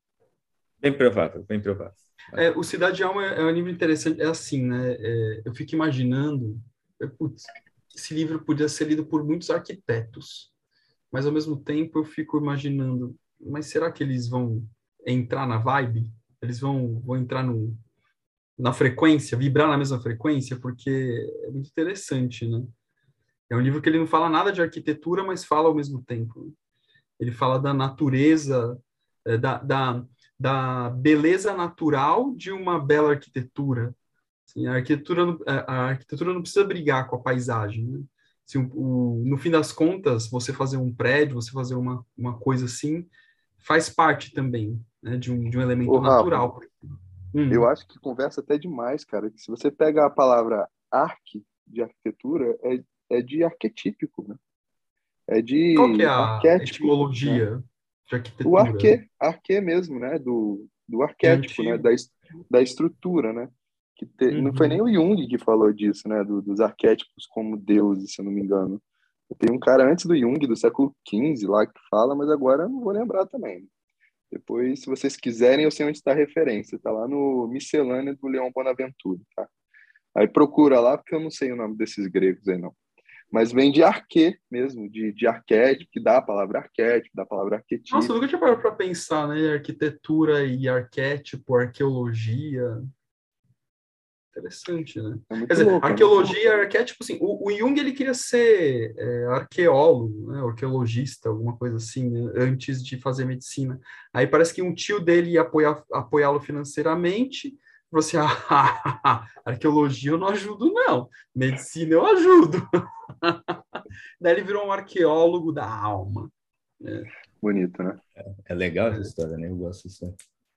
Bem provável, bem provável. É, o Cidade de Alma é, é um livro interessante, é assim, né? É, eu fico imaginando, é, putz, esse livro podia ser lido por muitos arquitetos, mas ao mesmo tempo eu fico imaginando, mas será que eles vão entrar na vibe? Eles vão, vão entrar no, na frequência, vibrar na mesma frequência? Porque é muito interessante, né? É um livro que ele não fala nada de arquitetura, mas fala ao mesmo tempo. Ele fala da natureza, é, da, da, da beleza natural de uma bela arquitetura. Assim, a arquitetura, não- a a arquitetura não precisa brigar com a paisagem, né? Se o, o- no fim das contas, você fazer um prédio, você fazer uma, uma coisa assim, faz parte também, né, de um, de um Ô, elemento Rafa, natural. eu Hum. acho que conversa até demais, cara. Que se você pega a palavra arque de arquitetura, é, é de arquetípico, né? É Qual que é de a arquétipo, né? etimologia de O arquitetura? arquê, arquê mesmo, né? Do, do É arquétipo, né? antigo. Da, es- da estrutura, né? Que te- não foi nem Uhum. o Jung que falou disso, né? Do- dos arquétipos como deuses, se eu não me engano. Tem um cara antes do Jung, do século quinze, lá, que fala, mas agora eu não vou lembrar também. Depois, se vocês quiserem, eu sei onde está a referência. Está lá no Miscelânea do Leão Bonaventura, tá? Aí procura lá, porque eu não sei o nome desses gregos aí, não. Mas vem de arquê mesmo, de, de arquétipo, que dá a palavra arquétipo, dá a palavra Nossa, eu arquetípico. nunca tinha parado para pensar, né? Arquitetura e arquétipo, arqueologia. Interessante, né? É Quer muito dizer, louco, né? arqueologia é arquétipo, assim, o, o Jung, ele queria ser é, arqueólogo, né? Arqueologista, alguma coisa assim, né? Antes de fazer medicina. Aí parece que um tio dele ia apoiar, apoiá-lo financeiramente, falou assim, ah, arqueologia eu não ajudo, não. Medicina eu ajudo. Daí ele virou um arqueólogo da alma, né? Bonito, né? É legal essa É. história, né? Eu gosto disso.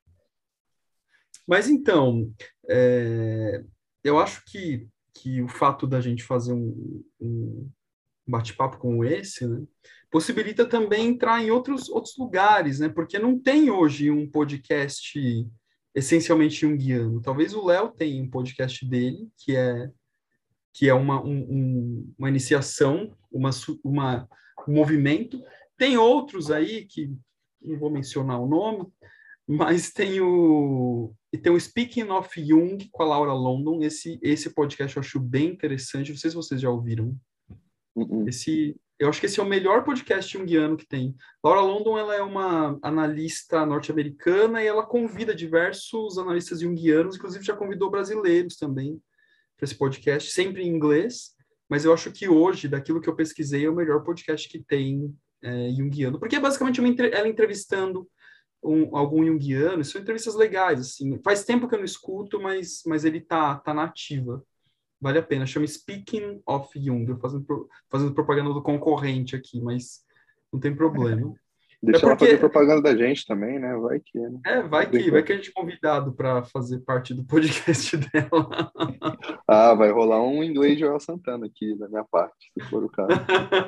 Mas então, é, eu acho que, que o fato da gente fazer um, um bate-papo como esse, né, possibilita também entrar em outros, outros lugares, né, porque não tem hoje um podcast essencialmente junguiano. Talvez o Léo tenha um podcast dele, que é, que é uma, um, um, uma iniciação, uma, uma, um movimento. Tem outros aí, que não vou mencionar o nome, mas tem o, e tem o Speaking of Jung com a Laura London. Esse, esse podcast eu acho bem interessante. Não sei se vocês já ouviram. Uh-uh. Esse, eu acho que esse é o melhor podcast junguiano que tem. Laura London, ela é uma analista norte-americana e ela convida diversos analistas junguianos, inclusive já convidou brasileiros também para esse podcast, sempre em inglês, mas eu acho que hoje, daquilo que eu pesquisei, é o melhor podcast que tem é, junguiano, porque é basicamente uma, ela entrevistando um, algum junguiano, são entrevistas legais, assim, faz tempo que eu não escuto, mas, mas ele tá, tá na ativa. Vale a pena, chama Speaking of Jung, eu fazendo, fazendo propaganda do concorrente aqui, mas não tem problema. Deixa é porque, ela fazer propaganda da gente também, né? Vai que, né? É, vai que, vai que a gente é convidado para fazer parte do podcast dela. Ah, vai rolar um inglês de Joel Santana aqui, da minha parte, se for o caso.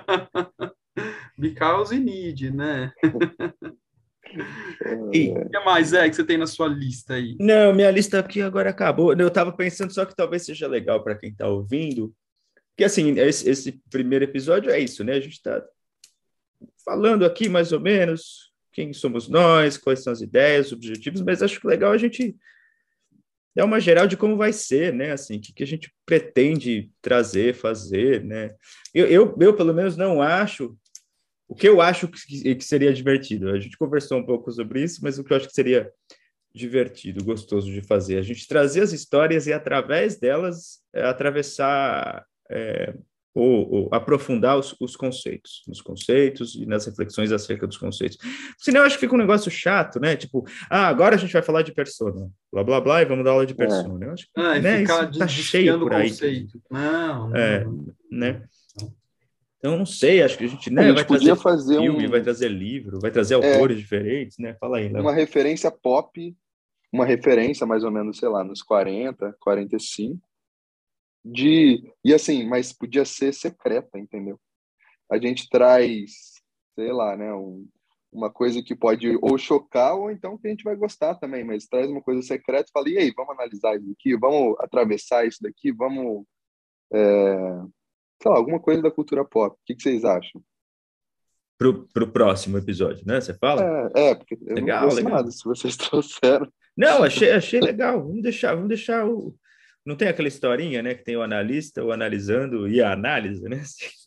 Because you need, né? E o que mais é que você tem na sua lista aí? Não, minha lista aqui agora acabou. Eu estava pensando só que talvez seja legal para quem está ouvindo, que assim, esse, esse primeiro episódio é isso, né? A gente está falando aqui mais ou menos quem somos nós, quais são as ideias, objetivos, mas acho que legal a gente dar uma geral de como vai ser, né? Assim, o que, que a gente pretende trazer, fazer, né? Eu, eu, eu, pelo menos, não acho o que eu acho que, que seria divertido. A gente conversou um pouco sobre isso, mas o que eu acho que seria divertido, gostoso de fazer, a gente trazer as histórias e, através delas, é, atravessar é, ou, ou aprofundar os, os conceitos, nos conceitos e nas reflexões acerca dos conceitos. Senão, eu acho que fica um negócio chato, né? Tipo, ah, agora a gente vai falar de persona, blá, blá, blá, e vamos dar aula de persona. É. Eu acho que, ah, né, ficar isso tá cheio por aí. Conceito. Não, não, é, não. né? Então, não sei, acho que a gente, né, a gente vai podia trazer fazer filme, um... vai trazer livro, vai trazer autores é, diferentes, né? Fala aí, Léo. Uma referência pop, uma referência mais ou menos, sei lá, nos quarenta, quarenta e cinco, de... E assim, mas podia ser secreta, entendeu? A gente traz, sei lá, né, um, uma coisa que pode ou chocar ou então que a gente vai gostar também, mas traz uma coisa secreta e fala, e aí, vamos analisar isso aqui, vamos atravessar isso daqui, vamos... É... sei lá, alguma coisa da cultura pop. O que, que vocês acham? Pro, pro próximo episódio, né? Você fala? É, é porque eu legal, não trouxe legal. nada, se vocês trouxeram. Não, achei, achei legal. Vamos deixar, vamos deixar o... Não tem aquela historinha, né? Que tem o analista, o analisando e a análise, né?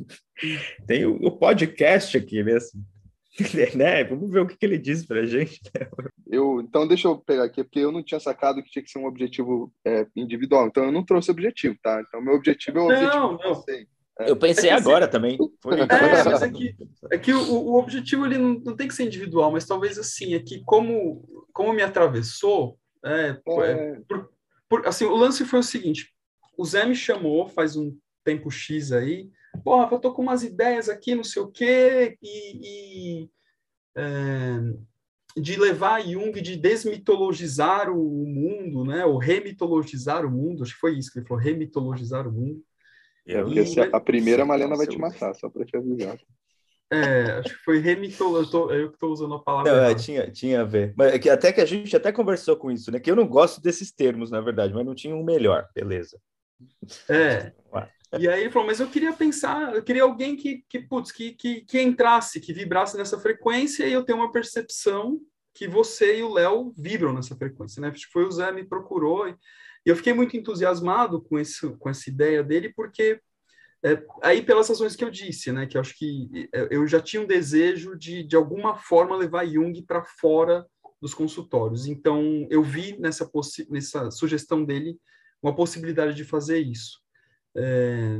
Tem o, o podcast aqui, né? Assim, né? Vamos ver o que, que ele diz pra gente. Né? Eu, então, deixa eu pegar aqui, porque eu não tinha sacado que tinha que ser um objetivo é, individual. Então, eu não trouxe objetivo, tá? Então, meu objetivo é o objetivo não, que não. eu sei. É. Eu pensei é agora se... também. Foi... É, mas é que, é que o, o objetivo ele não, não tem que ser individual, mas talvez assim, é que como, como me atravessou, é, é. Por, por, assim, o lance foi o seguinte, o Zé me chamou faz um tempo X aí, porra, eu tô com umas ideias aqui, não sei o quê, e, e é, de levar Jung, de desmitologizar o mundo, né, ou remitologizar o mundo, acho que foi isso que ele falou, remitologizar o mundo. É, porque e, a primeira a Malena vai te matar, só para te avisar. É, acho que foi remitologizar, eu que estou usando a palavra não, errada. É, tinha, tinha a ver. Mas é que, até que a gente até conversou com isso, né? Que eu não gosto desses termos, na verdade, mas não tinha um melhor, beleza. É. E aí ele falou, mas eu queria pensar, eu queria alguém que, que, putz, que, que, que entrasse, que vibrasse nessa frequência, e eu tenho uma percepção que você e o Léo vibram nessa frequência, né? Acho que foi o Zé me procurou, e E eu fiquei muito entusiasmado com, esse, com essa ideia dele, porque é, aí pelas razões que eu disse, né, que eu acho que eu já tinha um desejo de, de alguma forma, levar Jung para fora dos consultórios. Então, eu vi nessa, nessa sugestão dele uma possibilidade de fazer isso. É,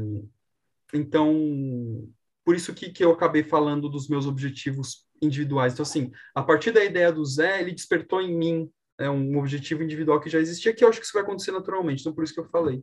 então, por isso que, que eu acabei falando dos meus objetivos individuais. Então, assim, a partir da ideia do Zé, ele despertou em mim é um objetivo individual que já existia, que eu acho que isso vai acontecer naturalmente, então por isso que eu falei.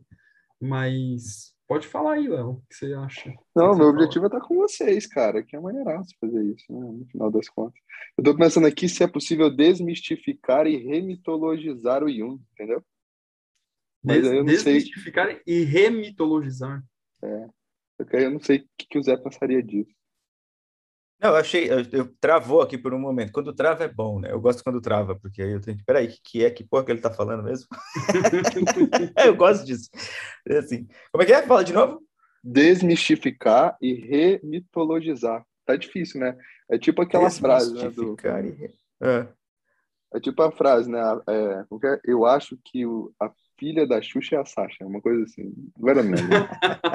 Mas pode falar aí, Léo, o que você acha? Não, que meu você objetivo fala? É estar com vocês, cara, que é maneiraço fazer isso, né, no final das contas. Eu tô pensando aqui se é possível desmistificar e remitologizar o Jung, entendeu? Mas Des, eu não desmistificar sei... e remitologizar. É. Só que aí eu não sei o que, que o Zé pensaria disso. Não, eu achei, eu, eu travou aqui por um momento. Quando trava é bom, né? Eu gosto quando trava, porque aí eu tenho que, peraí, o que, que é, que porra que ele tá falando mesmo? Eu gosto disso. É assim, como é que é? Fala de novo? Desmistificar e remitologizar. Tá difícil, né? É tipo aquela frase, né? Do... Desmistificar e... re- Ah. É tipo a frase, né? É, como que é? Eu acho que o, a filha da Xuxa é a Sasha, uma coisa assim. Vai da merda.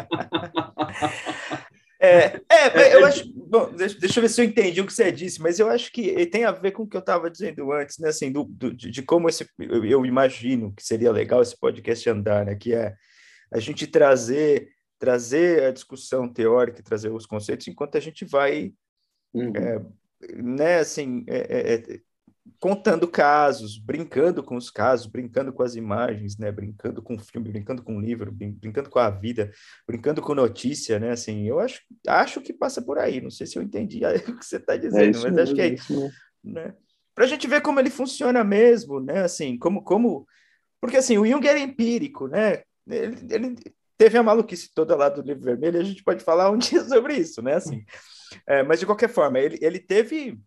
É, é, mas eu acho. Bom, deixa, deixa eu ver se eu entendi o que você disse, mas eu acho que tem a ver com o que eu estava dizendo antes, né? Assim, do, do, de, de como esse, eu, eu imagino que seria legal esse podcast andar, né? Que é a gente trazer, trazer a discussão teórica, trazer os conceitos, enquanto a gente vai, Uhum. né? Assim, é, é, é, contando casos, brincando com os casos, brincando com as imagens, né? Brincando com o filme, brincando com o livro, brin- brincando com a vida, brincando com notícia, né? Assim, eu acho, acho que passa por aí. Não sei se eu entendi aí o que você está É dizendo, isso mas acho que mesmo, é é, isso mesmo. né? Para a gente ver como ele funciona mesmo, né? Assim, como, como, porque assim, o Jung era empírico, né? Ele, ele teve a maluquice toda lá do Livro Vermelho, e a gente pode falar um dia sobre isso, né? Assim, é, mas de qualquer forma, ele, ele teve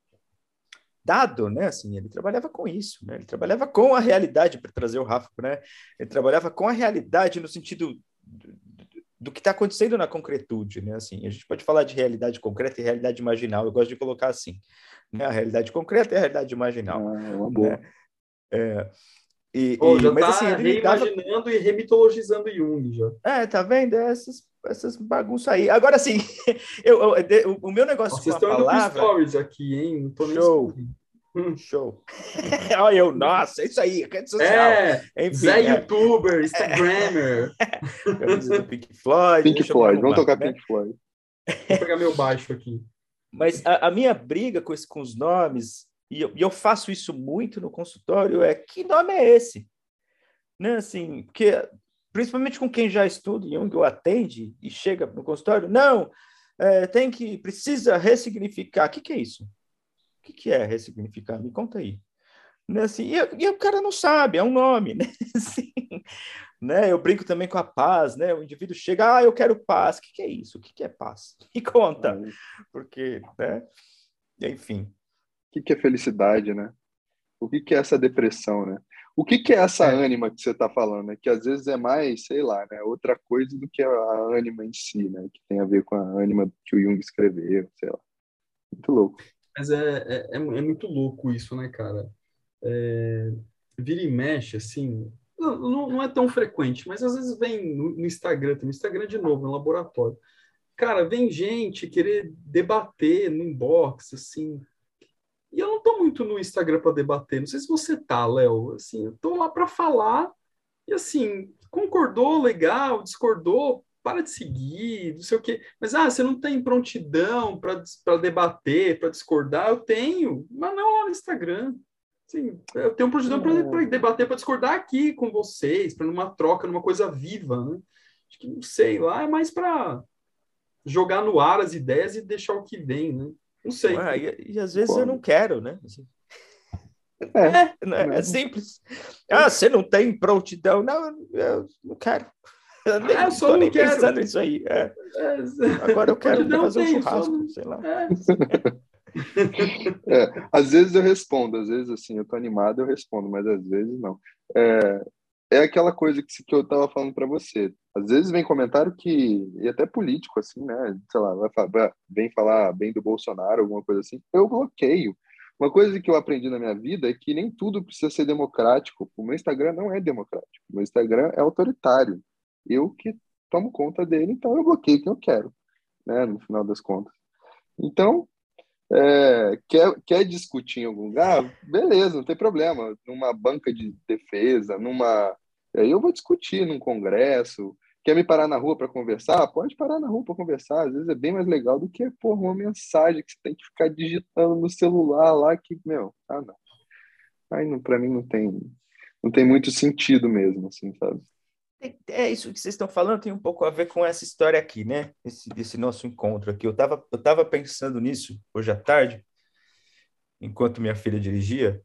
dado, né? Assim, ele trabalhava com isso, né? Ele trabalhava com a realidade, para trazer o Rafa, né? Ele trabalhava com a realidade no sentido do, do que está acontecendo na concretude, né? Assim, a gente pode falar de realidade concreta e realidade imaginal. Eu gosto de colocar assim, né? A realidade concreta e a realidade imaginal, Ah, é uma né? boa. É, e, Oh, e, já mas assim, tá ele lidava. reimaginando e remitologizando Jung, já. É, tá vendo? É essas, essas bagunças aí. Agora, assim, eu, eu, o meu Ó, negócio com vocês a estão indo pro palavra, Stories aqui, hein? Não tô nem show, excluindo. Hum. show. Olha eu, nossa, é isso aí, rede social. É, Zé Enfim, é, YouTuber, Instagrammer. camisa do Pink Floyd, Pink deixa eu me Floyd, vamos arrumar, tocar né? Pink Floyd. Vou pegar meu baixo aqui. Mas a, a minha briga com, esse, com os nomes, e eu, e eu faço isso muito no consultório, é que nome é esse? Né? Assim, porque, principalmente com quem já estuda Jung ou atende e chega no consultório, não, é, tem que, precisa ressignificar. O que, que é isso? O que, que é ressignificar? Me conta aí. Né? Assim, e, e o cara não sabe, é um nome, né? Assim, né? Eu brinco também com a paz, né? O indivíduo chega, ah, eu quero paz. O que, que é isso? O que, que é paz? Me conta, Ah, porque, né? Enfim. o que que é felicidade, né? O que que é essa depressão, né? O que que é essa É, ânima que você está falando, né? Que às vezes é mais, sei lá, né? Outra coisa do que a ânima em si, né? Que tem a ver com a ânima que o Jung escreveu, sei lá. Muito louco. Mas é, é, é, é muito louco isso, né, cara? É, vira e mexe, assim, não, não não é tão frequente, mas às vezes vem no, no Instagram, tem no Instagram de novo, no laboratório. Cara, vem gente querer debater no inbox, assim. E eu não tô muito no Instagram para debater. Não sei se você tá, Léo. Assim, eu tô lá para falar e assim, concordou, legal, discordou, para de seguir, não sei o quê. Mas ah, você não tem prontidão para debater, para discordar? Eu tenho, mas não lá no Instagram. Sim, eu tenho prontidão para debater, para discordar aqui com vocês, para numa troca, numa coisa viva, né? Acho que não sei, lá é mais para jogar no ar as ideias e deixar o que vem, né? Não sei. ah, e, e às vezes eu não Concordo. quero, né? Assim, É, é, né? É né? simples. Ah, você não tem prontidão? Não, eu não quero. Eu Ah, eu nem só tô não nem quero. pensando nisso aí. É, agora É, eu quero prontidão fazer um tenho, só. churrasco, sei lá. É. É, às vezes eu respondo, às vezes assim, eu tô animado, eu respondo, mas às vezes não. É, é aquela coisa que, que eu tava falando para você. Às vezes vem comentário que, e até político, assim, né? Sei lá, vai, vai, vem falar bem do Bolsonaro, alguma coisa assim, eu bloqueio. Uma coisa que eu aprendi na minha vida é que nem tudo precisa ser democrático. O meu Instagram não é democrático. O meu Instagram é autoritário. Eu que tomo conta dele, então eu bloqueio quem eu quero, né? No final das contas. Então, é, quer, quer discutir em algum lugar? Beleza, não tem problema. Numa banca de defesa, numa. Aí eu vou discutir num congresso. Quer me parar na rua para conversar? Pode parar na rua para conversar. Às vezes é bem mais legal do que, porra, uma mensagem que você tem que ficar digitando no celular lá que, meu, ah, não. Aí não, para mim não tem, não tem muito sentido mesmo, assim, sabe? É é isso que vocês estão falando, tem um pouco a ver com essa história aqui, né? Esse, esse nosso encontro aqui. Eu estava eu tava pensando nisso hoje à tarde, enquanto minha filha dirigia.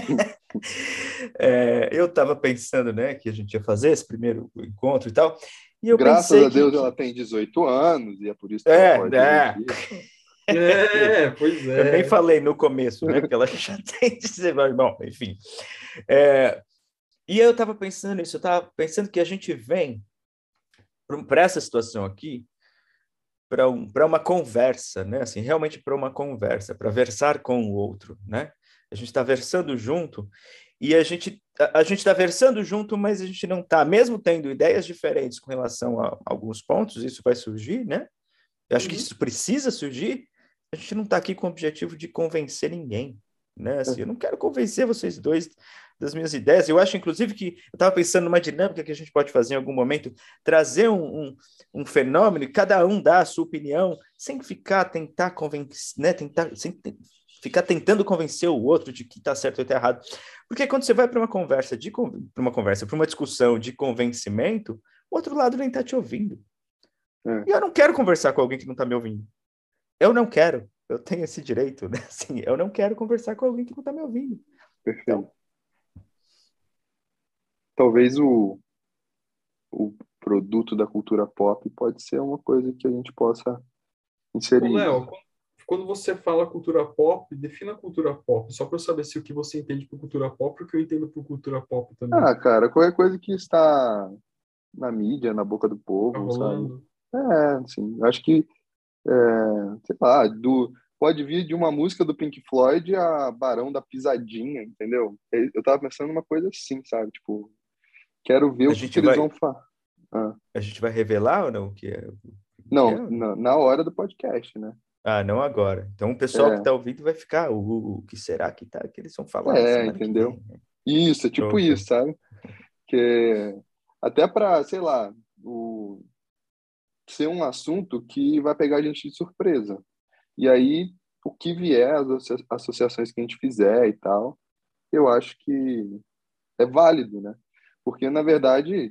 É, eu estava pensando, né, que a gente ia fazer esse primeiro encontro e tal, E eu Graças pensei a Deus que... ela tem dezoito anos e é por isso que ela É, pode é. dirigir. É, pois Eu nem é. falei no começo, né? Que ela já tem dezenove. Bom, enfim. É, e eu estava pensando nisso, eu estava pensando que a gente vem para essa situação aqui, para um, para uma conversa, né? Assim, realmente para uma conversa, para versar com o outro, né? A gente está versando junto e a gente a, a gente está versando junto, mas a gente não está, mesmo tendo ideias diferentes com relação a alguns pontos, isso vai surgir, né? Eu acho que Uhum. isso precisa surgir. A gente não está aqui com o objetivo de convencer ninguém, né? Assim, eu não quero convencer vocês dois das minhas ideias. Eu acho, inclusive, que eu estava pensando numa dinâmica que a gente pode fazer em algum momento, trazer um, um, um fenômeno e cada um dá a sua opinião, sem ficar tentar convencer, né? Tentar, sem te- ficar tentando convencer o outro de que está certo ou está errado. Porque quando você vai para uma conversa de para uma conversa, para uma discussão de convencimento, o outro lado nem está te ouvindo. É, E eu não quero conversar com alguém que não está me ouvindo. Eu não quero. Eu tenho esse direito, né? Assim, eu não quero conversar com alguém que não está me ouvindo. perfeito. Então, Talvez o, o produto da cultura pop pode ser uma coisa que a gente possa Ô, inserir Léo, isso. quando quando você fala cultura pop, defina cultura pop, só para eu saber se o que você entende por cultura pop é o que eu entendo por cultura pop também. Ah, cara, qualquer coisa que está na mídia, na boca do Tá povo, sabe? rolando? É, assim, eu acho que, é, sei lá, do, pode vir de uma música do Pink Floyd a Barão da Pisadinha, entendeu? Eu tava pensando numa coisa assim, sabe? Tipo, quero ver a o que que gente eles vai, vão falar. Ah, a gente vai revelar ou não o que é? O que é? não, na, na hora do podcast, né? Ah, não agora. Então, o pessoal que É, está ouvindo vai ficar, o, o que será que, tá, que eles vão falar na é, semana que entendeu? vem? Né? Isso, é tipo Pronto. isso, sabe? Que até para, sei lá, o, ser um assunto que vai pegar a gente de surpresa. E aí, o que vier, as associa- associações que a gente fizer e tal, eu acho que é válido, né? Porque, na verdade,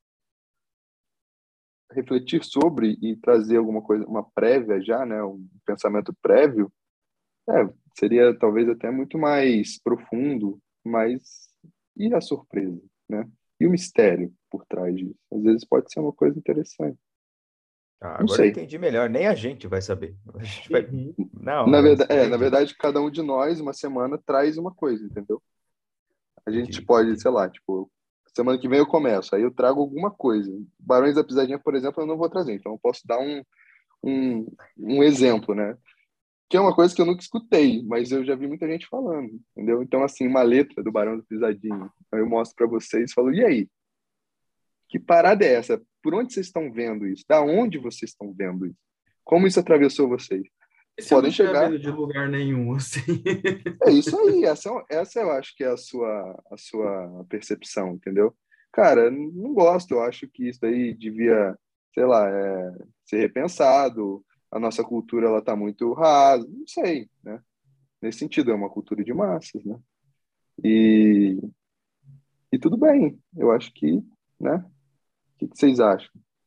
refletir sobre e trazer alguma coisa, uma prévia já, né? Um pensamento prévio, é, seria talvez até muito mais profundo, mas e a surpresa, né? E o mistério por trás disso? Às vezes pode ser uma coisa interessante. Ah, Não agora eu sei. entendi melhor. Nem a gente vai saber. A gente vai Uhum. na Na hora. verdade, Assim, é, na entendi. verdade, cada um de nós, uma semana, traz uma coisa, entendeu? A gente Entendi, pode, entendi. sei lá, tipo, semana que vem eu começo, aí eu trago alguma coisa. Barões da Pisadinha, por exemplo, eu não vou trazer, então eu posso dar um, um, um exemplo, né? Que é uma coisa que eu nunca escutei, mas eu já vi muita gente falando, entendeu? Então, assim, uma letra do Barão da Pisadinha, aí eu mostro para vocês e falo, e aí? Que parada é essa? Por onde vocês estão vendo isso? Da onde vocês estão vendo isso? Como isso atravessou vocês? E se eu não Podem estiver chegar. vendo de lugar nenhum, assim? É isso aí, essa, é- essa eu acho que é a sua, a sua percepção, entendeu? Cara, não gosto, eu acho que isso aí devia, sei lá, é, ser repensado, a nossa cultura, ela tá muito rasa, não sei, né? Nesse sentido, é uma cultura de massas, né? E, e tudo bem, eu acho que, né? O que que vocês acham?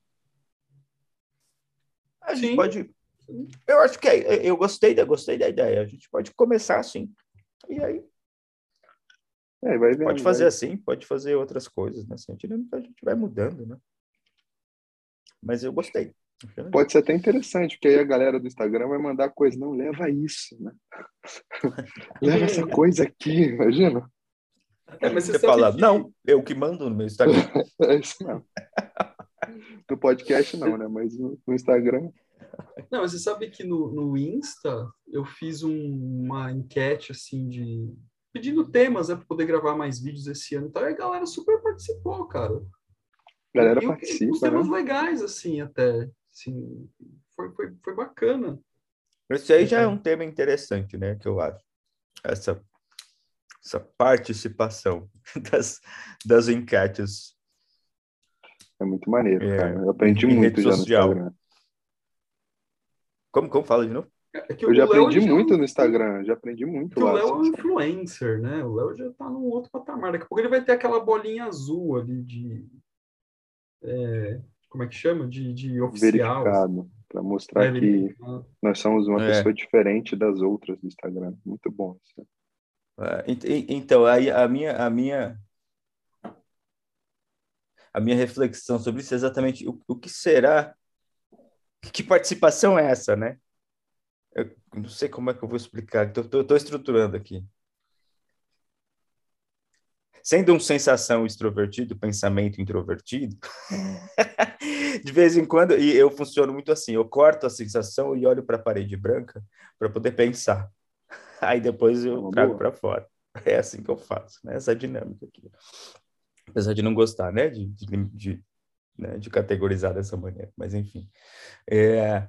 A gente Sim, pode. Eu acho que é, eu gostei da, gostei da ideia. A gente pode começar assim. E aí É, vai pode vendo, fazer vai. assim, pode fazer outras coisas, né? Assim, a dinâmica a gente vai mudando, né? Mas eu gostei. Achei legal. Pode ser até interessante, porque aí a galera do Instagram vai mandar coisa, não leva isso, né? Leva essa coisa aqui, imagina? é, mas você Você sabe fala, que. não, eu que mando no meu Instagram. É isso mesmo. No podcast não, né? Mas no, no Instagram. Não, mas você sabe que no, no Insta eu fiz um- uma enquete assim de pedindo temas, né, para poder gravar mais vídeos esse ano e tal, e a galera super participou, cara. A E, galera e, e uns participa, temas né? legais, assim, até. Assim, foi, foi, foi bacana. Esse aí já é É, um tema interessante, né? Que eu acho. Essa, essa participação das, das enquetes É muito maneiro, cara. é, Eu aprendi em, em rede muito já no social. Instagram. Como, como fala de novo? é que Eu já o Léo aprendi ele já é muito um, no Instagram. Já aprendi é muito que o lá, Léo é assim, um sabe? influencer, né? O Léo já tá num outro patamar. Daqui a pouco ele vai ter aquela bolinha azul ali de. Como é que chama? De, de oficial, assim, Verificado. Para mostrar é, que verificado. nós somos uma pessoa É, diferente das outras do Instagram. Muito bom isso. é, ent- e- então, aí a minha, a minha, a minha reflexão sobre isso é exatamente o, o que será, que participação é essa, né? Eu não sei como é que eu vou explicar, estou estruturando aqui. Sendo um sensação extrovertido, pensamento introvertido, de vez em quando, e eu funciono muito assim, eu corto a sensação e olho para a parede branca para poder pensar. Aí depois eu Uma trago boa. para fora. É assim que eu faço, né? Essa dinâmica aqui. Apesar de não gostar, né? De, de, de, né? de categorizar dessa maneira, mas enfim. É,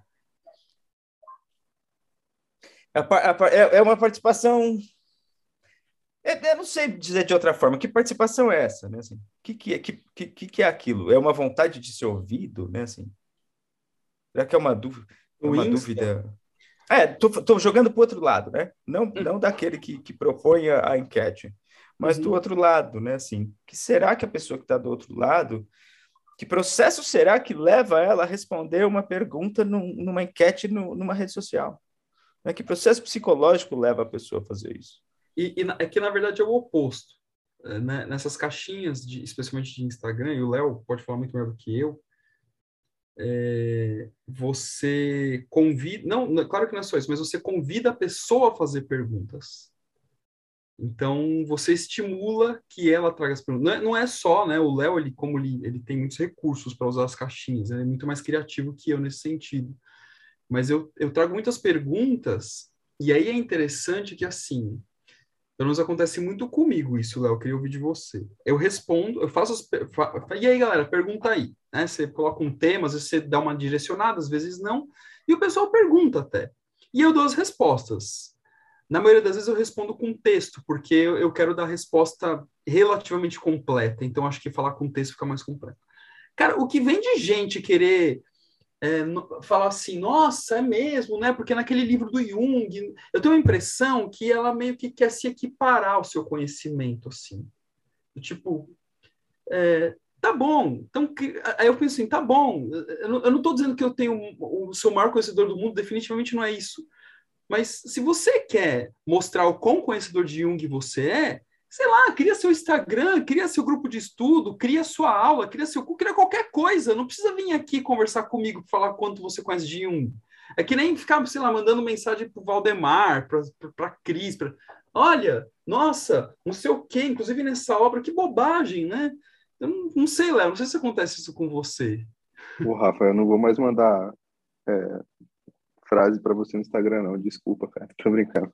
a, a, é uma participação... Eu não sei dizer de outra forma. Que participação é essa, né? Assim, o que, que, é, que, que, que é aquilo? É uma vontade de ser ouvido, né? Assim, será que é uma dúvida? É No uma Insta. dúvida... É, tô, tô jogando para o outro lado, né? Não, não daquele que, que propõe a, a enquete, mas do Uhum. outro lado, né? Assim, que será que a pessoa que está do outro lado, que processo será que leva ela a responder uma pergunta num, numa enquete no, numa rede social? Né? Que processo psicológico leva a pessoa a fazer isso? E, e na- é que, na verdade, é o oposto. É, né? Nessas caixinhas, de, especialmente de Instagram, e o Léo pode falar muito melhor do que eu, é, você convida... Não, não, claro que não é só isso, mas você convida a pessoa a fazer perguntas. Então, você estimula que ela traga as perguntas. Não é, não é só, né? O Léo, ele, como ele, ele tem muitos recursos para usar as caixinhas, ele é muito mais criativo que eu nesse sentido. Mas eu, eu trago muitas perguntas, e aí é interessante que, assim, pelo menos acontece muito comigo isso, Léo, eu queria ouvir de você. Eu respondo, eu faço as... per- fa- E aí, galera, pergunta aí, né? Você coloca um tema, às vezes você dá uma direcionada, às vezes não, e o pessoal pergunta até. E eu dou as respostas. Na maioria das vezes eu respondo com texto, porque eu, eu quero dar a resposta relativamente completa, então acho que falar com texto fica mais completo. Cara, o que vem de gente querer é, no, falar assim, nossa, é mesmo, né? Porque naquele livro do Jung, eu tenho a impressão que ela meio que quer se equiparar ao seu conhecimento, assim. Tipo, é, tá bom. Então, que, aí eu penso assim, tá bom. Eu não, eu não tô dizendo que eu tenho o, o seu maior conhecedor do mundo, definitivamente não é isso. Mas se você quer mostrar o quão conhecedor de Jung você é, sei lá, cria seu Instagram, cria seu grupo de estudo, cria sua aula, cria seu cria qualquer coisa. Não precisa vir aqui conversar comigo, falar quanto você conhece de Jung. É que nem ficar, sei lá, mandando mensagem pro Valdemar, pra, pra, pra Cris, pra... Olha, nossa, não sei o quê, inclusive nessa obra, que bobagem, né? Eu não, não sei, Léo, não sei se acontece isso com você. O Rafa, eu não vou mais mandar é, frase para você no Instagram, não. Desculpa, cara. Tô brincando.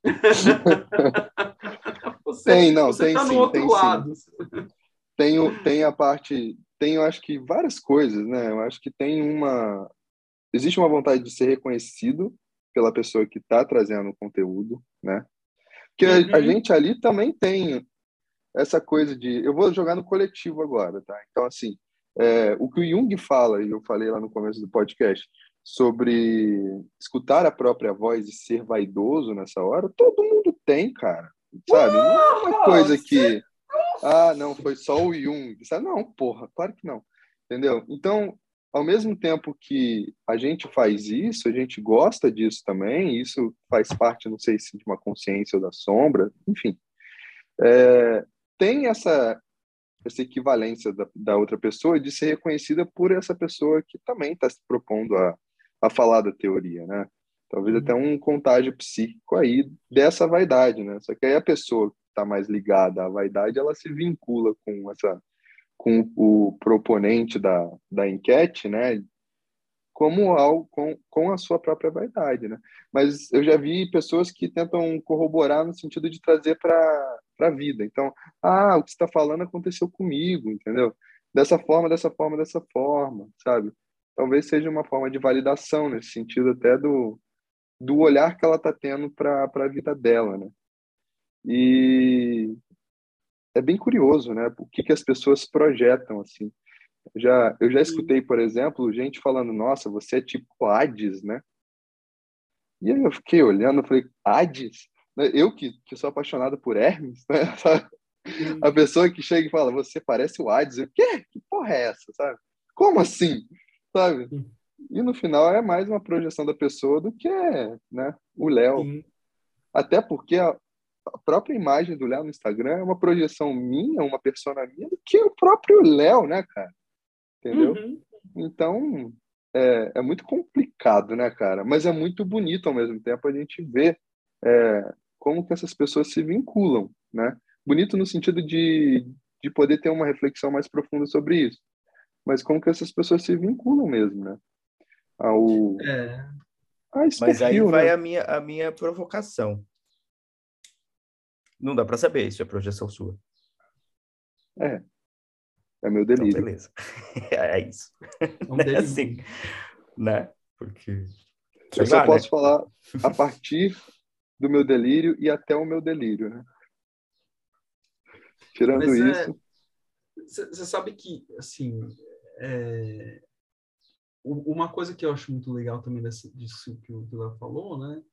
Você, Tem, não, você tem tá no sim, outro tem sim. lado. Tem, o- tem a parte, tem, eu acho que várias coisas, né? Eu acho que tem uma, existe uma vontade de ser reconhecido pela pessoa que está trazendo o conteúdo, né? Que a, a Uhum. gente ali também tem essa coisa de, eu vou jogar no coletivo agora, tá? Então, assim, é, o que o Jung fala, e eu falei lá no começo do podcast, sobre escutar a própria voz e ser vaidoso nessa hora, todo mundo tem, cara, sabe? Não é uma coisa Nossa! que ah, não, foi só o Jung. Sabe? Não, porra, claro que não. Entendeu? Então, ao mesmo tempo que a gente faz isso, a gente gosta disso também, isso faz parte, não sei se de uma consciência ou da sombra, enfim. É, tem essa, essa equivalência da, da outra pessoa de ser reconhecida por essa pessoa que também está se propondo a, a falar da teoria, né? Talvez até Uhum. um contágio psíquico aí dessa vaidade, né? Só que aí a pessoa que está mais ligada à vaidade, ela se vincula com essa, com o proponente da, da enquete, né? Como algo com, com a sua própria vaidade, né? Mas eu já vi pessoas que tentam corroborar no sentido de trazer para para a vida. Então, ah, o que você está falando aconteceu comigo, entendeu? Dessa forma, dessa forma, dessa forma, sabe? Talvez seja uma forma de validação nesse sentido até do, do olhar que ela está tendo para para a vida dela, né? E é bem curioso, né? O que que as pessoas projetam assim. Já eu já Sim. escutei, por exemplo, gente falando: "Nossa, você é tipo Hades, né?" E aí eu fiquei olhando, eu falei: "Hades? Né? Eu que, que sou apaixonado por Hermes, né?" Sabe? A Uhum. pessoa que chega e fala: "Você parece o Hades." Eu, quê? Que porra é essa, sabe? Como assim? Sabe? E no final é mais uma projeção da pessoa do que, né, o Léo. Sim. Até porque a, a própria imagem do Léo no Instagram é uma projeção minha, uma persona minha, do que o próprio Léo, né, cara? entendeu? Uhum. Então, é, é muito complicado, né, cara? Mas é muito bonito ao mesmo tempo a gente ver é, como que essas pessoas se vinculam, né? Bonito no sentido de, de poder ter uma reflexão mais profunda sobre isso, mas como que essas pessoas se vinculam mesmo, né? Ao, É, a esse Mas aí perfil, vai né? a minha, a minha provocação. Não dá para saber, isso é projeção sua. É, é meu Então, delírio. beleza. É isso. é um É assim, delírio. né? Porque, Eu sei só lá, né? posso falar a partir do meu delírio e até o meu delírio, né? Tirando Mas é, isso, você sabe que, assim, é, u- uma coisa que eu acho muito legal também desse, disso que o Vila falou, né?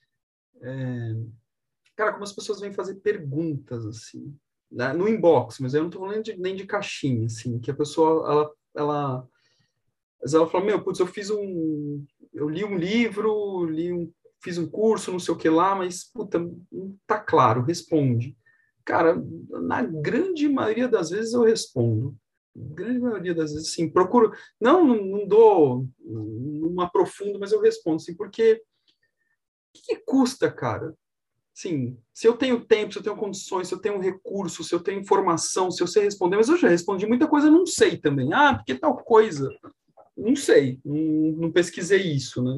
Cara, como as pessoas vêm fazer perguntas, assim, né, no inbox, mas eu não tô falando de, nem de caixinha, assim, que a pessoa, ela, ela, mas ela fala, meu, putz, eu fiz um, eu li um livro, li um, fiz um curso, não sei o que lá, mas, puta, não tá claro, responde. Cara, na grande maioria das vezes eu respondo. Grande maioria das vezes, sim, procuro, não, não, não dou, não aprofundo, mas eu respondo, assim, porque o que, que custa, cara? Sim, se eu tenho tempo, se eu tenho condições, se eu tenho recurso, se eu tenho informação, se eu sei responder, mas eu já respondi muita coisa, eu não sei também. Ah, porque tal coisa? Não sei, não, não pesquisei isso, né?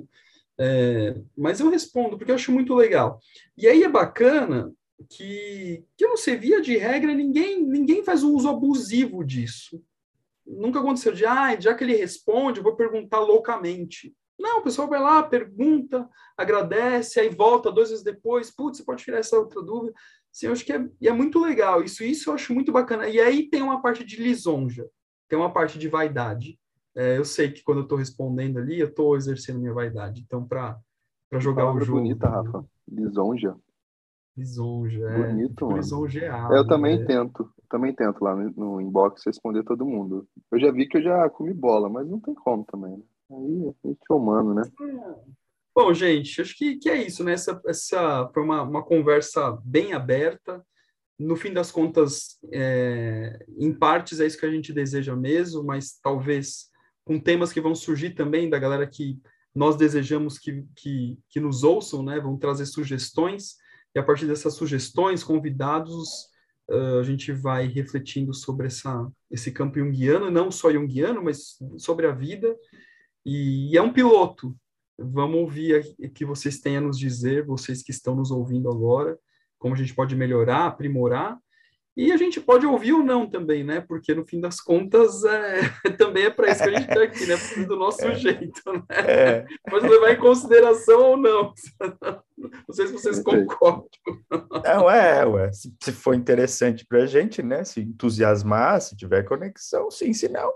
É, mas eu respondo, porque eu acho muito legal. E aí é bacana que, que eu não sei, via de regra, ninguém, ninguém faz um uso abusivo disso. Nunca aconteceu de, ah, já que ele responde, eu vou perguntar loucamente. Não, o pessoal vai lá, pergunta, agradece, aí volta dois dias depois, putz, você pode tirar essa outra dúvida. Sim, eu acho que é, e é muito legal. Isso, isso eu acho muito bacana. E aí tem uma parte de lisonja, tem uma parte de vaidade. É, eu sei que quando eu estou respondendo ali, eu estou exercendo minha vaidade. Então, para para que jogar o palavra jogo, bonita, também, Rafa. Lisonja. lisonja, é, eu Bonito, fico mano. É, lisonjeado. eu também É. tento, também tento lá no, no inbox responder todo mundo. Eu já vi que eu já comi bola, mas não tem como também, né? Aí a gente é humano, né? Bom, gente, acho que, que é isso, né? Essa, essa foi uma, uma conversa bem aberta. No fim das contas, é, em partes é isso que a gente deseja mesmo, mas talvez com temas que vão surgir também da galera que nós desejamos que, que, que nos ouçam, né? Vão trazer sugestões, e a partir dessas sugestões, convidados, uh, a gente vai refletindo sobre essa, esse campo junguiano, não só junguiano, mas sobre a vida. E, e é um piloto. Vamos ouvir o que vocês têm a nos dizer, vocês que estão nos ouvindo agora, como a gente pode melhorar, aprimorar. E a gente pode ouvir ou não também, né? Porque no fim das contas, é, também é para isso que a gente está aqui, né? Pra fazer do nosso É, jeito, né? é. Pode levar em consideração ou não. Não sei se vocês Perfeito. concordam. Não, é, ué. Se, se for interessante para a gente, né? Se entusiasmar, se tiver conexão, sim, se não.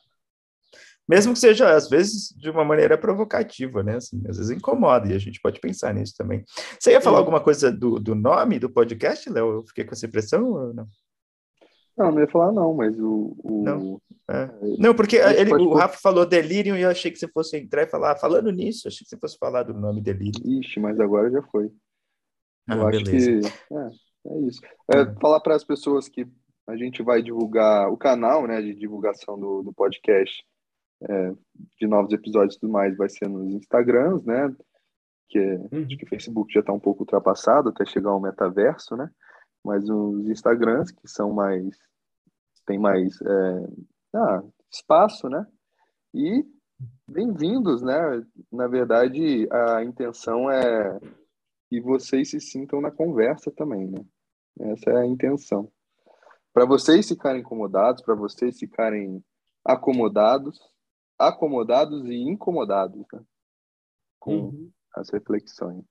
Mesmo que seja, às vezes, de uma maneira provocativa, né? Assim, às vezes incomoda, e a gente pode pensar nisso também. Você ia falar Sim. alguma coisa do, do nome do podcast, Léo? Eu fiquei com essa impressão ou não? Não, não ia falar não, mas o, Não. o É. Não, porque a gente ele, pode o pôr. Rafa falou delírio e eu achei que você fosse entrar e falar, ah, falando nisso, achei que você fosse falar do nome delírio. Ixi, mas agora já foi. Eu Ah, acho que beleza. é, é isso. É, Ah, falar para as pessoas que a gente vai divulgar o canal, né, de divulgação do, do podcast, de novos episódios e tudo mais, vai ser nos Instagrams, né? Que é- acho Uhum. que o Facebook já está um pouco ultrapassado até chegar ao metaverso, né? Mas os Instagrams, que são mais, tem mais é, ah, espaço, né? E bem-vindos, né? Na verdade, a intenção é que vocês se sintam na conversa também, né? Essa é a intenção. Para vocês ficarem incomodados, para vocês ficarem acomodados, acomodados e incomodados, né? Com Uhum. as reflexões.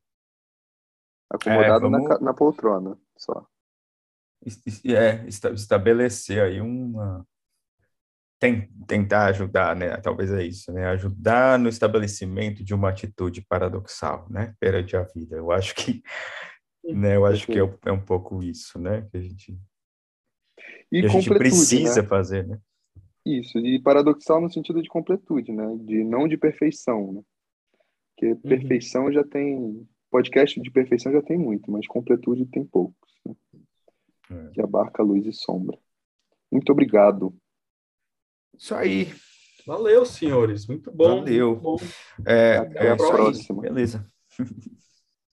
é, Acomodado na, ca- vamos na poltrona, só. es- es- é, esta- estabelecer aí uma... tem- tentar ajudar, né? Talvez é isso, né? Ajudar no estabelecimento de uma atitude paradoxal, né? Perante a vida. Eu acho que, né? Eu acho que é, Perfeito. um- é um pouco isso, né? Que a gente, E que a gente completude, né? precisa fazer, né? Isso, e paradoxal no sentido de completude, né? De não de perfeição, né? Porque Uhum. perfeição já tem, podcast de perfeição já tem muito, mas completude tem poucos, né? É. Que abarca luz e sombra. Muito obrigado. Isso aí. Valeu, senhores. Muito bom. Valeu. Muito bom. É, Até é a isso aí. próxima. Beleza.